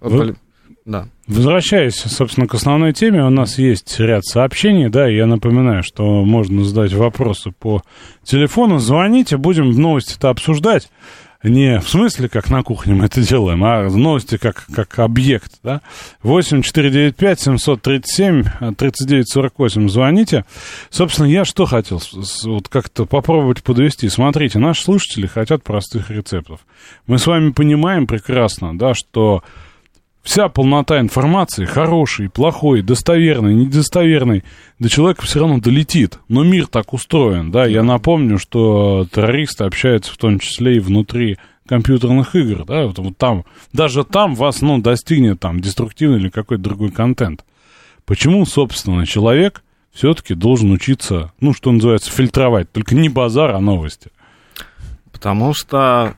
Вы... Да. Возвращаясь, собственно, к основной теме, у нас есть ряд сообщений, да, и я напоминаю, что можно задать вопросы по телефону. Звоните, будем новости-то обсуждать. Не в смысле, как на кухне мы это делаем, а новости как, как объект, да. восемь четыре девять пять семьсот тридцать семь тридцать девять сорок восемь, звоните. Собственно, я что хотел вот как-то попробовать подвести. Смотрите, наши слушатели хотят простых рецептов. Мы с вами понимаем прекрасно, да, что вся полнота информации, хорошей, плохой, достоверной, недостоверной, до человека все равно долетит. Но мир так устроен, да. Я напомню, что террористы общаются в том числе и внутри компьютерных игр, да. Вот, вот там, даже там вас, ну, достигнет там деструктивный или какой-то другой контент. Почему, собственно, человек все-таки должен учиться, ну, что называется, фильтровать, только не базар, а новости? Потому что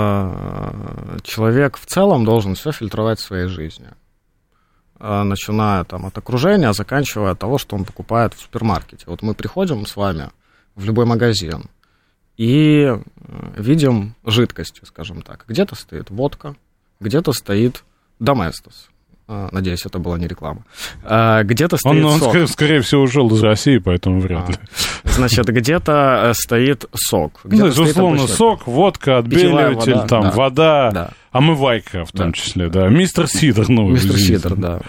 э, человек в целом должен все фильтровать в своей жизни. Э, начиная там, от окружения, заканчивая от того, что он покупает в супермаркете. Вот мы приходим с вами в любой магазин и видим жидкости, скажем так. Где-то стоит водка, где-то стоит Доместос. Надеюсь, это была не реклама. Где-то стоит он, сок. Он, скорее всего, ушел из России, поэтому вряд ли. А, значит, где-то стоит сок. Где-то ну, стоит условно, обычный... сок, водка, отбеливатель, вода, там, да, вода, да. Омывайка в том да. числе, да. Мистер Сидор, ну, Мистер Сидор, да.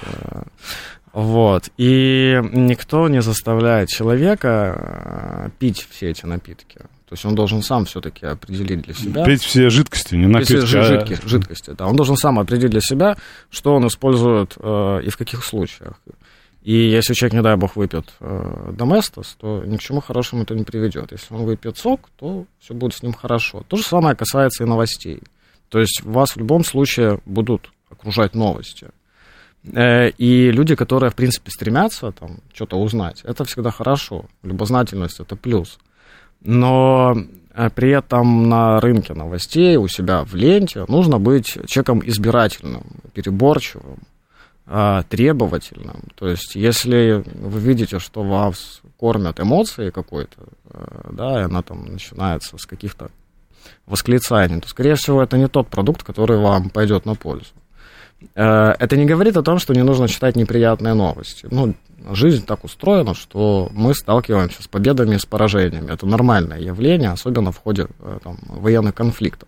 Вот. И никто не заставляет человека пить все эти напитки. То есть он должен сам все-таки определить для себя... Пить все жидкости, не напитки, все жидкие, а... жидкости, да. Он должен сам определить для себя, что он использует э, и в каких случаях. И если человек, не дай бог, выпьет э, Доместос, то ни к чему хорошему это не приведет. Если он выпьет сок, то все будет с ним хорошо. То же самое касается и новостей. То есть вас в любом случае будут окружать новости. Э, и люди, которые, в принципе, стремятся там, что-то узнать, это всегда хорошо. Любознательность – это плюс. Но при этом на рынке новостей у себя в ленте нужно быть человеком избирательным, переборчивым, требовательным. То есть, если вы видите, что вас кормят эмоцией какой-то, да, и она там начинается с каких-то восклицаний, то, скорее всего, это не тот продукт, который вам пойдет на пользу. Это не говорит о том, что не нужно читать неприятные новости. Ну, жизнь так устроена, что мы сталкиваемся с победами и с поражениями. Это нормальное явление, особенно в ходе там, военных конфликтов.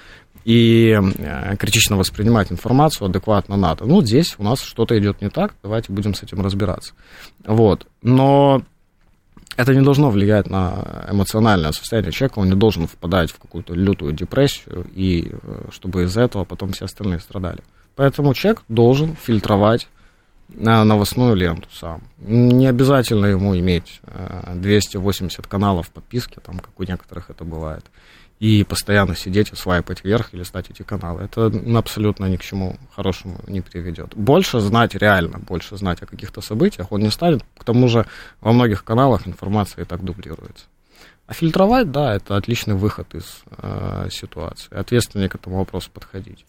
И критично воспринимать информацию адекватно надо. Ну, здесь у нас что-то идет не так, давайте будем с этим разбираться. Вот. Но это не должно влиять на эмоциональное состояние человека, он не должен впадать в какую-то лютую депрессию, и чтобы из-за этого потом все остальные страдали. Поэтому человек должен фильтровать новостную ленту сам. Не обязательно ему иметь двести восемьдесят каналов подписки, там, как у некоторых это бывает, и постоянно сидеть и свайпать вверх и листать эти каналы. Это абсолютно ни к чему хорошему не приведет. Больше знать, реально больше знать о каких-то событиях он не станет. К тому же во многих каналах информация и так дублируется. А фильтровать, да, это отличный выход из э, ситуации. Ответственно к этому вопросу подходить.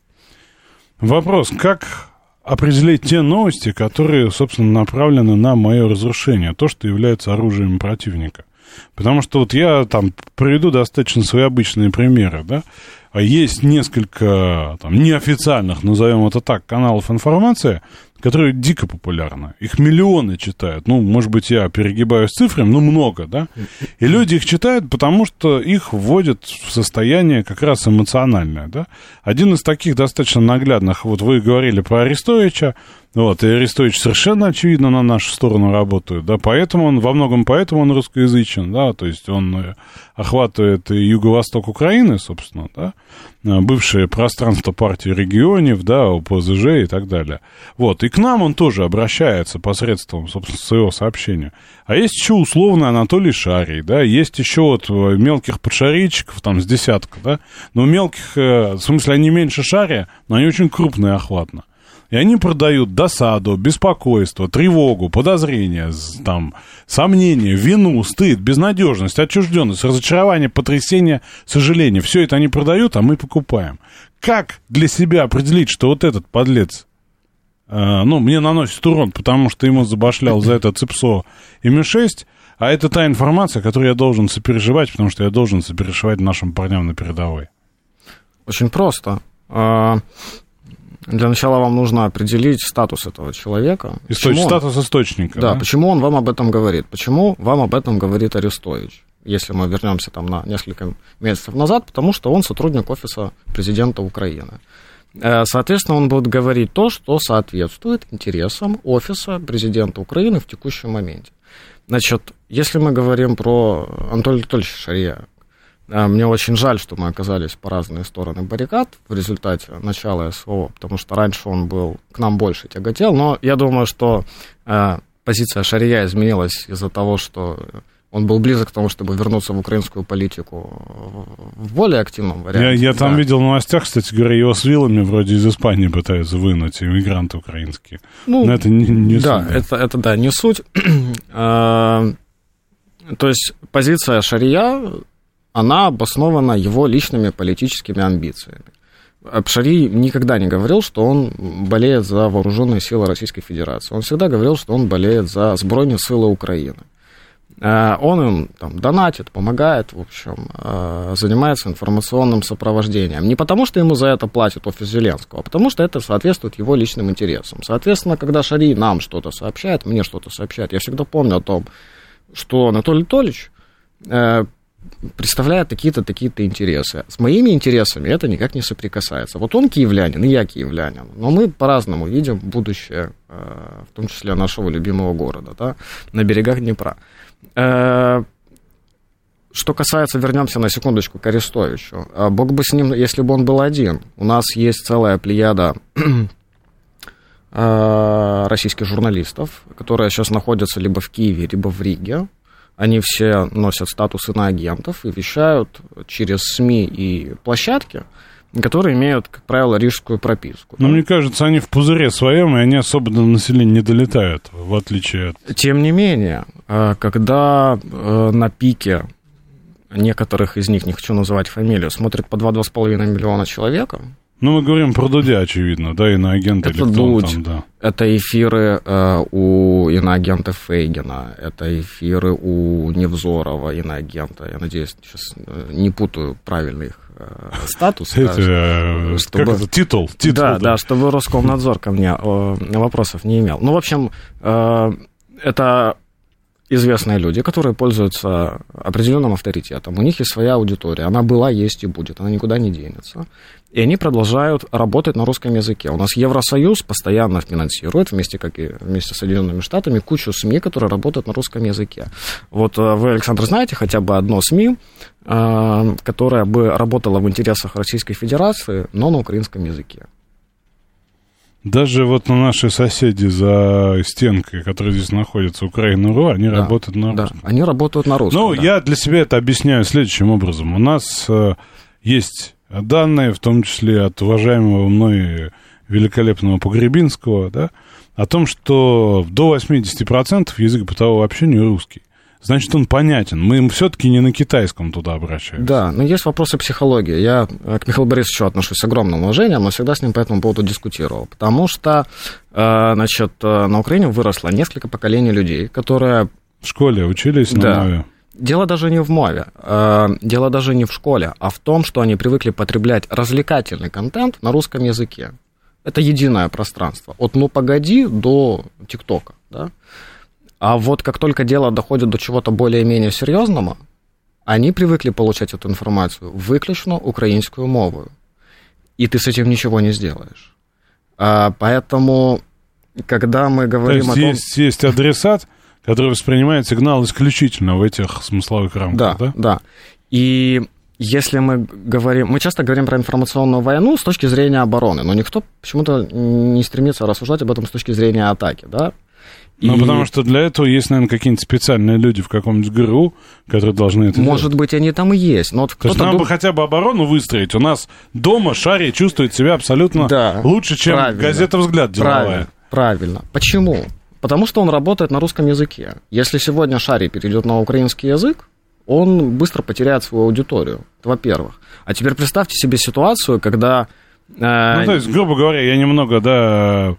Вопрос, как определить те новости, которые, собственно, направлены на мое разрушение, то, что является оружием противника? Потому что вот я там приведу достаточно свои обычные примеры, да. Есть несколько там неофициальных, назовем это так, каналов информации, которые дико популярны. Их миллионы читают. Ну, может быть, я перегибаю с цифрами, но много, да. И люди их читают, потому что их вводят в состояние как раз эмоциональное, да. Один из таких достаточно наглядных, вот вы говорили про Арестовича, вот, и Арестович совершенно очевидно на нашу сторону работает, да, поэтому он, во многом поэтому он русскоязычен, да, то есть он охватывает и юго-восток Украины, собственно, да, бывшее пространство партии регионов, да, ОПЗЖ и так далее. Вот, и к нам он тоже обращается посредством, собственно, своего сообщения. А есть еще условно Анатолий Шарий, да, есть еще вот мелких подшарийчиков, там, с десятка, да, но мелких, в смысле, они меньше Шария, но они очень крупные охватно. И они продают досаду, беспокойство, тревогу, подозрения, там, сомнения, вину, стыд, безнадежность, отчужденность, разочарование, потрясение, сожаление. Все это они продают, а мы покупаем. Как для себя определить, что вот этот подлец, э, ну, мне наносит урон, потому что ему забашлял за это ЦИПСО эм шесть, а это та информация, которую я должен сопереживать, потому что я должен сопереживать нашим парням на передовой? Очень просто. Для начала вам нужно определить статус этого человека. Источ... Статус источника. Да, да, почему он вам об этом говорит? Почему вам об этом говорит Арестович? Если мы вернемся там на несколько месяцев назад, потому что он сотрудник офиса президента Украины. Соответственно, он будет говорить то, что соответствует интересам офиса президента Украины в текущем моменте. Значит, если мы говорим про Анатолия Анатольевича Шария, мне очень жаль, что мы оказались по разные стороны баррикад в результате начала СВО, потому что раньше он был к нам больше тяготел, но я думаю, что позиция Шария изменилась из-за того, что он был близок к тому, чтобы вернуться в украинскую политику в более активном варианте. Я, я да. там видел в новостях, кстати говоря, его с вилами вроде из Испании пытаются вынуть, иммигранты украинские. Ну, но это не, не да, суть. Это, это, да, не суть. То есть позиция Шария, она обоснована его личными политическими амбициями. Шарий никогда не говорил, что он болеет за вооруженные силы Российской Федерации. Он всегда говорил, что он болеет за Збройные силы Украины. Он им там донатит, помогает, в общем, занимается информационным сопровождением. Не потому, что ему за это платит офис Зеленского, а потому, что это соответствует его личным интересам. Соответственно, когда Шарий нам что-то сообщает, мне что-то сообщает, я всегда помню о том, что Анатолий Анатольевич представляет такие-то, такие-то интересы. С моими интересами это никак не соприкасается. Вот он киевлянин, и я киевлянин, но мы по-разному видим будущее, в том числе нашего любимого города, да, на берегах Днепра. Что касается, вернемся на секундочку к Арестовичу. Бог бы с ним, если бы он был один. У нас есть целая плеяда российских журналистов, которые сейчас находятся либо в Киеве, либо в Риге. Они все носят статус иноагентов и вещают через СМИ и площадки, которые имеют, как правило, рижскую прописку. Но да? мне кажется, они в пузыре своем, и они особо до населения не долетают, в отличие от... Тем не менее, когда на пике некоторых из них, не хочу называть фамилию, смотрит по два-два с половиной миллиона человека... Ну, мы говорим про Дудя, очевидно, да, иноагента. Это Дудь, там, да. Это эфиры э, у иноагента Фейгина, это эфиры у Невзорова, иноагента. Я надеюсь, сейчас не путаю правильный их э, статус. Это, да, чтобы... Как это, титул? титул да, да, да, чтобы Роскомнадзор ко мне э, вопросов не имел. Ну, в общем, э, это... известные люди, которые пользуются определенным авторитетом. У них есть своя аудитория. Она была, есть и будет. Она никуда не денется. И они продолжают работать на русском языке. У нас Евросоюз постоянно финансирует, вместе, как и вместе с Соединенными Штатами, кучу СМИ, которые работают на русском языке. Вот вы, Александр, знаете хотя бы одно СМИ, которое бы работало в интересах Российской Федерации, но на украинском языке? Даже вот на наши соседи за стенкой, которые здесь находятся, Украина.ру, они да, работают на русском. Да, они работают на русском. Ну, да. я для себя это объясняю следующим образом. У нас э, есть данные, в том числе от уважаемого мной великолепного Погребинского, да, о том, что до восемьдесят процентов язык бытового общения русский. Значит, он понятен. Мы все-таки не на китайском туда обращаемся. Да, но есть вопросы психологии. Я к Михаилу Борисовичу отношусь с огромным уважением, но всегда с ним по этому поводу дискутировал. Потому что, значит, на Украине выросло несколько поколений людей, которые... В школе учились на да. мове. Дело даже не в мове, дело даже не в школе, а в том, что они привыкли потреблять развлекательный контент на русском языке. Это единое пространство. От «ну погоди» до ТикТока, да? А вот как только дело доходит до чего-то более-менее серьезного, они привыкли получать эту информацию выключно украинскую мову. И ты с этим ничего не сделаешь. А, поэтому, когда мы говорим То есть о том... Есть, есть адресат, который воспринимает сигнал исключительно в этих смысловых рамках, да? Да, да. И если мы говорим... Мы часто говорим про информационную войну с точки зрения обороны, но никто почему-то не стремится рассуждать об этом с точки зрения атаки, да? Ну, и... потому что для этого есть, наверное, какие-нибудь специальные люди в каком-нибудь ГРУ, которые должны это Может делать. быть, они там и есть. Но вот То есть нам дум... бы хотя бы оборону выстроить. У нас дома Шарий чувствует себя абсолютно да, лучше, чем правильно, газета «Взгляд» деловая. Правильно, правильно. Почему? Потому что он работает на русском языке. Если сегодня Шарий перейдет на украинский язык, он быстро потеряет свою аудиторию, это во-первых. А теперь представьте себе ситуацию, когда... Э... Ну, то есть, грубо говоря, я немного, да...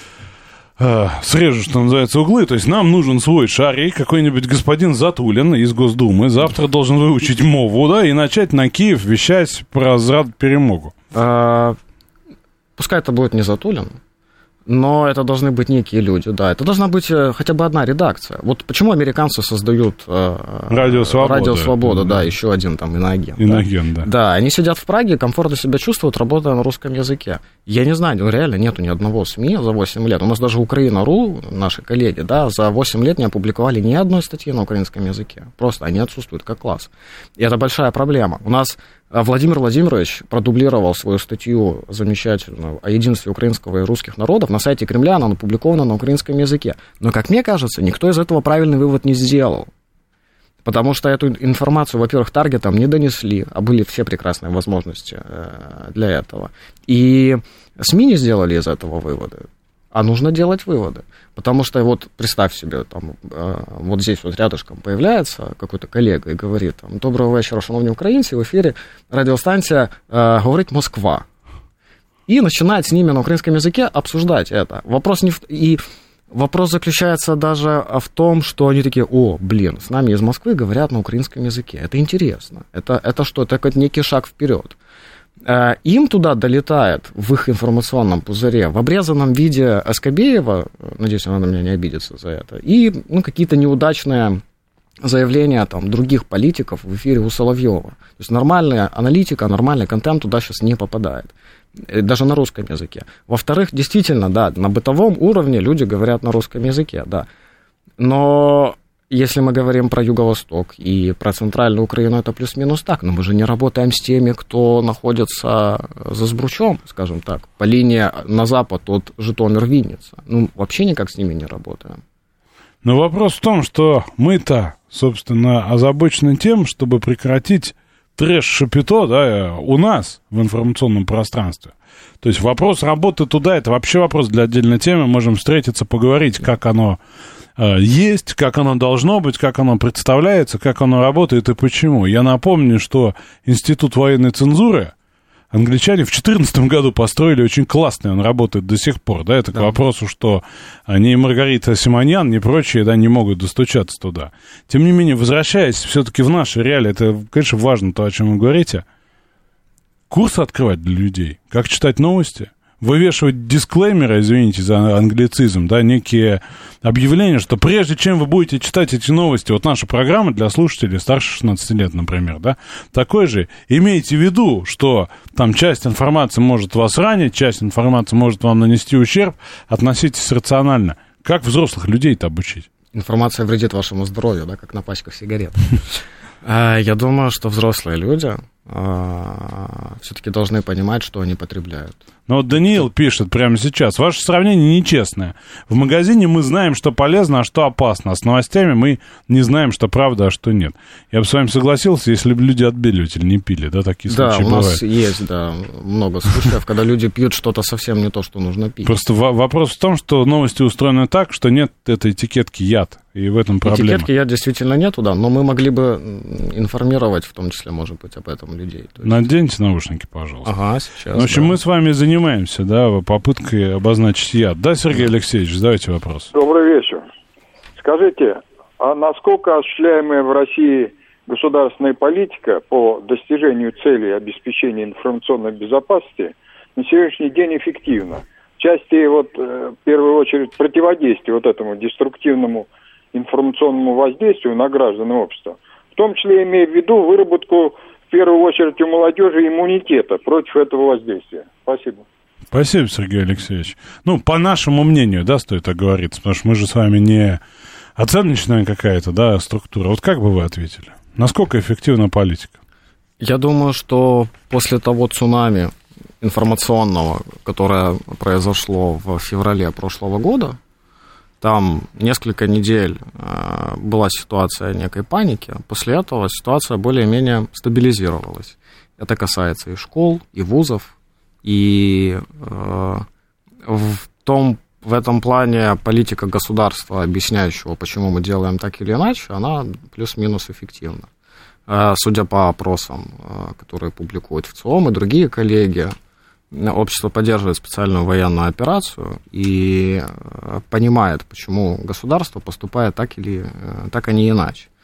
срежу, что называется, углы. То есть нам нужен свой Шарий, какой-нибудь господин Затулин из Госдумы завтра должен выучить мову, да, и начать на Киев вещать про зрад перемогу. А, Пускай это будет не Затулин, но это должны быть некие люди, да. Это должна быть хотя бы одна редакция. Вот почему американцы создают э, Радио Свобода, Радио Свобода, да, да, еще один там иноагент. Иноагент, да. да. Да, они сидят в Праге, комфортно себя чувствуют, работая на русском языке. Я не знаю, реально нету ни одного СМИ за восемь лет. У нас даже Украина.ру, наши коллеги, да, за восемь лет не опубликовали ни одной статьи на украинском языке. Просто они отсутствуют как класс. И это большая проблема. У нас Владимир Владимирович продублировал свою статью замечательную о единстве украинского и русских народов на сайте Кремля, она опубликована на украинском языке. Но, как мне кажется, никто из этого правильный вывод не сделал. Потому что эту информацию, во-первых, таргетом не донесли, а были все прекрасные возможности для этого. И СМИ не сделали из этого выводы. А нужно делать выводы. Потому что вот представь себе, там, вот здесь вот рядышком появляется какой-то коллега и говорит, там, доброго вечора, шановні українці, в эфире радиостанция э, говорит Москва. И начинает с ними на украинском языке обсуждать это. Вопрос не в... И вопрос заключается даже в том, что они такие, о, блин, с нами из Москвы говорят на украинском языке. Это интересно. Это, это что? Это как некий шаг вперед. Им туда долетает в их информационном пузыре в обрезанном виде Скобеева, надеюсь, она на меня не обидится за это, и ну, какие-то неудачные заявления там, других политиков в эфире у Соловьева. То есть нормальная аналитика, нормальный контент туда сейчас не попадает, даже на русском языке. Во-вторых, действительно, да, на бытовом уровне люди говорят на русском языке, да, но... Если мы говорим про Юго-Восток и про Центральную Украину, это плюс-минус так, но мы же не работаем с теми, кто находится за Збручом, скажем так, по линии на запад от Житомир-Винница. Ну, вообще никак с ними не работаем. Но вопрос в том, что мы-то, собственно, озабочены тем, чтобы прекратить трэш-шапито, да, у нас в информационном пространстве. То есть вопрос работы туда, это вообще вопрос для отдельной темы, можем встретиться, поговорить, как оно есть, как оно должно быть, как оно представляется, как оно работает и почему. Я напомню, что Институт военной цензуры англичане в две тысячи четырнадцатом году построили очень классный, он работает до сих пор, да, это да. К вопросу, что ни Маргарита Симоньян, ни прочие, да, не могут достучаться туда. Тем не менее, возвращаясь все-таки в наши реалии, это, конечно, важно то, о чем вы говорите, курсы открывать для людей, как читать новости, вывешивать дисклеймеры, извините за англицизм, да, некие объявления, что прежде чем вы будете читать эти новости, вот наша программа для слушателей старше шестнадцати лет, например, да, такой же, имейте в виду, что там часть информации может вас ранить, часть информации может вам нанести ущерб, относитесь рационально. Как взрослых людей-то обучить? Информация вредит вашему здоровью, да, как на пачках сигарет. Я думаю, что взрослые люди все-таки должны понимать, что они потребляют. Ну вот Даниил пишет прямо сейчас. Ваше сравнение нечестное. В магазине мы знаем, что полезно, а что опасно. А с новостями мы не знаем, что правда, а что нет. Я бы с вами согласился, если бы люди отбеливатель не пили. Да, такие случаи бывают. Да, у нас есть, да, много случаев, когда люди пьют что-то совсем не то, что нужно пить. Просто вопрос в том, что новости устроены так, что нет этой этикетки яд. И в этом проблема. Этикетки яд действительно нету, да, но мы могли бы информировать, в том числе, может быть, об этом людей. То есть... Наденьте наушники, пожалуйста. Ага, сейчас. В общем, да. мы с вами занимаемся, да, попыткой обозначить яд. Да, Сергей Алексеевич, задавайте вопрос. Добрый вечер. Скажите, а насколько осуществляемая в России государственная политика по достижению целей обеспечения информационной безопасности на сегодняшний день эффективна? В части, вот, в первую очередь, противодействия вот этому деструктивному информационному воздействию на граждан и общество, в том числе имея в виду выработку, в первую очередь, у молодежи иммунитета против этого воздействия. Спасибо. Спасибо, Сергей Алексеевич. Ну, по нашему мнению, да, стоит оговориться, потому что мы же с вами не оценочная какая-то, да, структура. Вот как бы вы ответили? Насколько эффективна политика? Я думаю, что после того цунами информационного, которое произошло в феврале прошлого года, там несколько недель э, была ситуация некой паники, после этого ситуация более-менее стабилизировалась. Это касается и школ, и вузов, и э, в том, в этом плане политика государства, объясняющего, почему мы делаем так или иначе, она плюс-минус эффективна. Э, судя по опросам, э, которые публикуют ВЦИОМ и другие коллеги, общество поддерживает специальную военную операцию и понимает, почему государство поступает так или так, а не иначе.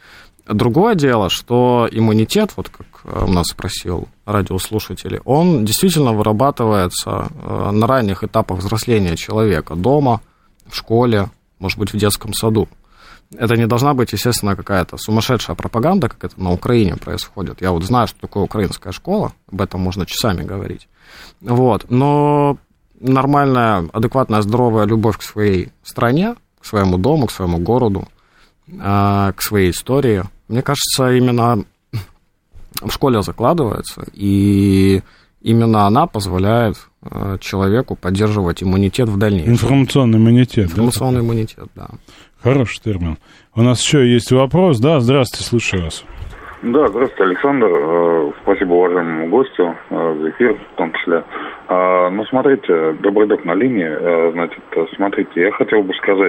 Другое дело, что иммунитет, вот как у нас спросил радиослушатель, он действительно вырабатывается на ранних этапах взросления человека, дома, в школе, может быть, в детском саду. Это не должна быть, естественно, какая-то сумасшедшая пропаганда, как это на Украине происходит. Я вот знаю, что такое украинская школа, об этом можно часами говорить. Вот. Но нормальная, адекватная, здоровая любовь к своей стране, к своему дому, к своему городу, к своей истории, мне кажется, именно в школе закладывается, и именно она позволяет человеку поддерживать иммунитет в дальнейшем. Информационный иммунитет. Информационный да? иммунитет, да. Хороший термин. У нас еще есть вопрос. Да, здравствуйте, слушаю вас. Да, здравствуйте, Александр. Спасибо уважаемому гостю за эфир, в том числе. Ну, смотрите, добрый док на линии. Значит, смотрите, я хотел бы сказать...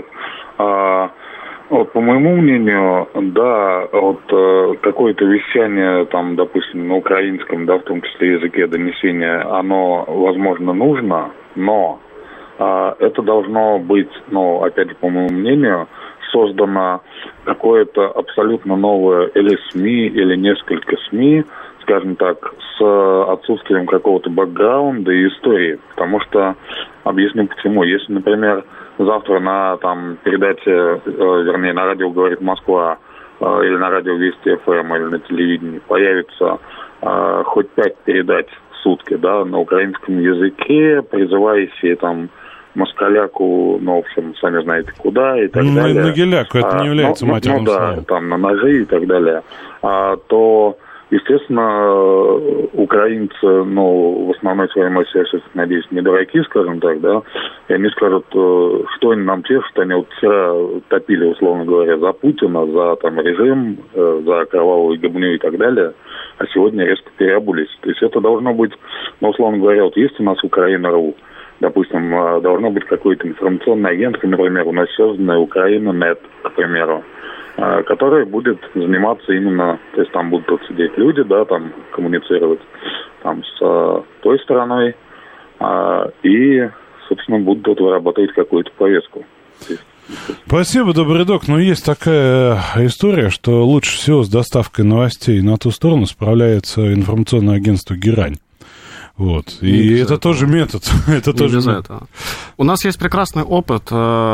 Вот, по моему мнению, да, вот э, какое-то вещание, там, допустим, на украинском, да, в том числе языке донесения, оно, возможно, нужно, но э, это должно быть, ну, опять же, по моему мнению, создано какое-то абсолютно новое или СМИ, или несколько СМИ, скажем так, с отсутствием какого-то бэкграунда и истории. Потому что, объясню почему, если, например, завтра на там передаче, э, вернее, на радио «Говорит Москва» э, или на радио «Вести эф эм» или на телевидении появится э, хоть пять передач в сутки, да, на украинском языке, призывающие там москаляку, ну, в общем, сами знаете куда и так ну, далее. На геляку это а, не является ну, матерным ну, словом. Ну, да, там на ножи и так далее. А, то... Естественно, украинцы, ну, в основной своей массе, я все-таки надеюсь, не дураки, скажем так, да, и они скажут, что они нам чешут, они вот вчера топили, условно говоря, за Путина, за там режим, за кровавую гибню и так далее, а сегодня резко переобулись. То есть это должно быть, ну, условно говоря, вот есть у нас Украина.ру, допустим, должно быть какое-то информационное агентство, например, у нас созданное Украина.нет, к примеру, которая будет заниматься именно, то есть там будут сидеть люди, да, там коммуницировать там с а, той стороной а, и, собственно, будут тут вырабатывать какую-то повестку. Спасибо, добрый док. Но есть такая история, что лучше всего с доставкой новостей на ту сторону справляется информационное агентство «Герань». Вот. И это этого. тоже метод. это Не тоже без метод. этого. У нас есть прекрасный опыт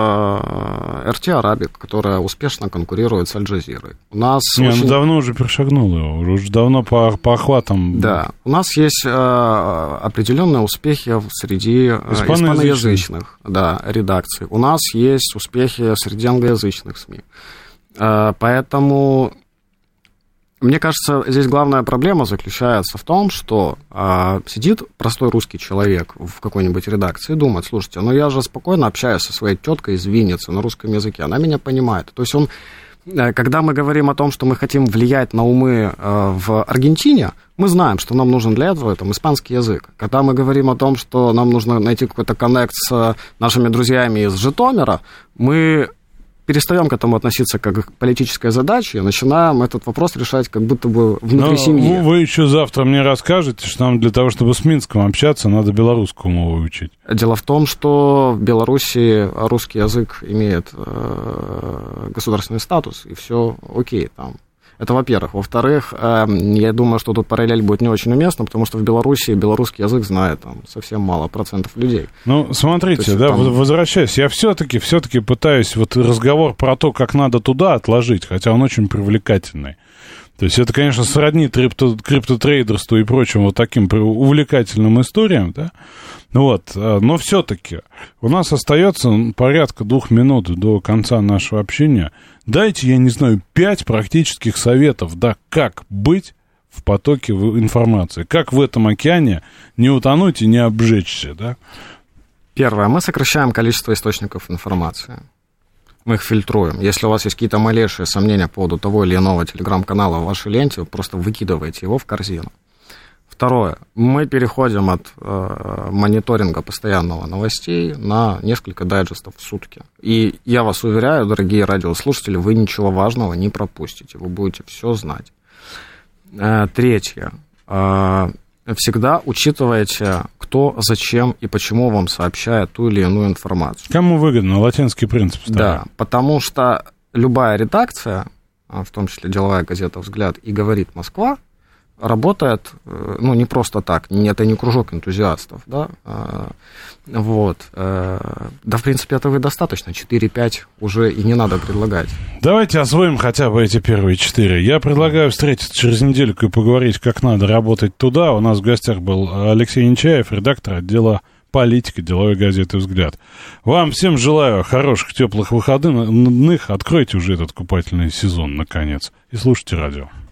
эр ти Arabic, которая успешно конкурирует с Аль-Джазирой. У нас Не, очень... она давно уже перешагнула его, уже давно по, по охватам. Да, у нас есть э, определенные успехи среди Испаноязычных. испаноязычных да, редакций. У нас есть успехи среди англоязычных СМИ. Э, поэтому... Мне кажется, здесь главная проблема заключается в том, что а, сидит простой русский человек в какой-нибудь редакции и думает, слушайте, ну я же спокойно общаюсь со своей теткой из Винницы на русском языке, она меня понимает. То есть он, когда мы говорим о том, что мы хотим влиять на умы а, в Аргентине, мы знаем, что нам нужен для этого там, испанский язык. Когда мы говорим о том, что нам нужно найти какой-то коннект с нашими друзьями из Житомира, мы... перестаем к этому относиться как к политической задаче и начинаем этот вопрос решать как будто бы внутри Но семьи. Вы еще завтра мне расскажете, что нам для того, чтобы с Минском общаться, надо белорусскую мову учить. Дело в том, что в Беларуси русский язык имеет э, государственный статус, и все окей там. Это во-первых. Во-вторых, э, я думаю, что тут параллель будет не очень уместна, потому что в Беларуси белорусский язык знает там, совсем мало процентов людей. Ну, смотрите, есть, да, там... возвращаясь, я все-таки, все-таки пытаюсь вот разговор про то, как надо туда отложить, хотя он очень привлекательный. То есть это, конечно, сродни крипто, криптотрейдерству и прочим вот таким увлекательным историям, да, вот, но все-таки у нас остается порядка двух минут до конца нашего общения. Дайте, я не знаю, пять практических советов, да, как быть в потоке информации, как в этом океане не утонуть и не обжечься, да. Первое, мы сокращаем количество источников информации. Мы их фильтруем. Если у вас есть какие-то малейшие сомнения по поводу того или иного телеграм-канала в вашей ленте, вы просто выкидываете его в корзину. Второе. Мы переходим от э, мониторинга постоянного новостей на несколько дайджестов в сутки. И я вас уверяю, дорогие радиослушатели, вы ничего важного не пропустите. Вы будете все знать. Э, третье. Э, всегда учитывайте, кто, зачем и почему вам сообщает ту или иную информацию. Кому выгодно? Латинский принцип. Ставим. Да, потому что любая редакция в том числе деловая газета «Взгляд» и «Говорит Москва», работает, ну, не просто так, это не кружок энтузиастов, да, вот, да, в принципе, этого и достаточно, четыре-пять уже и не надо предлагать. Давайте освоим хотя бы эти первые четыре. Я предлагаю встретиться через недельку и поговорить, как надо работать туда. У нас в гостях был Алексей Нечаев, редактор отдела политика деловой газеты «Взгляд». Вам всем желаю хороших, теплых выходных, откройте уже этот купательный сезон, наконец, и слушайте радио.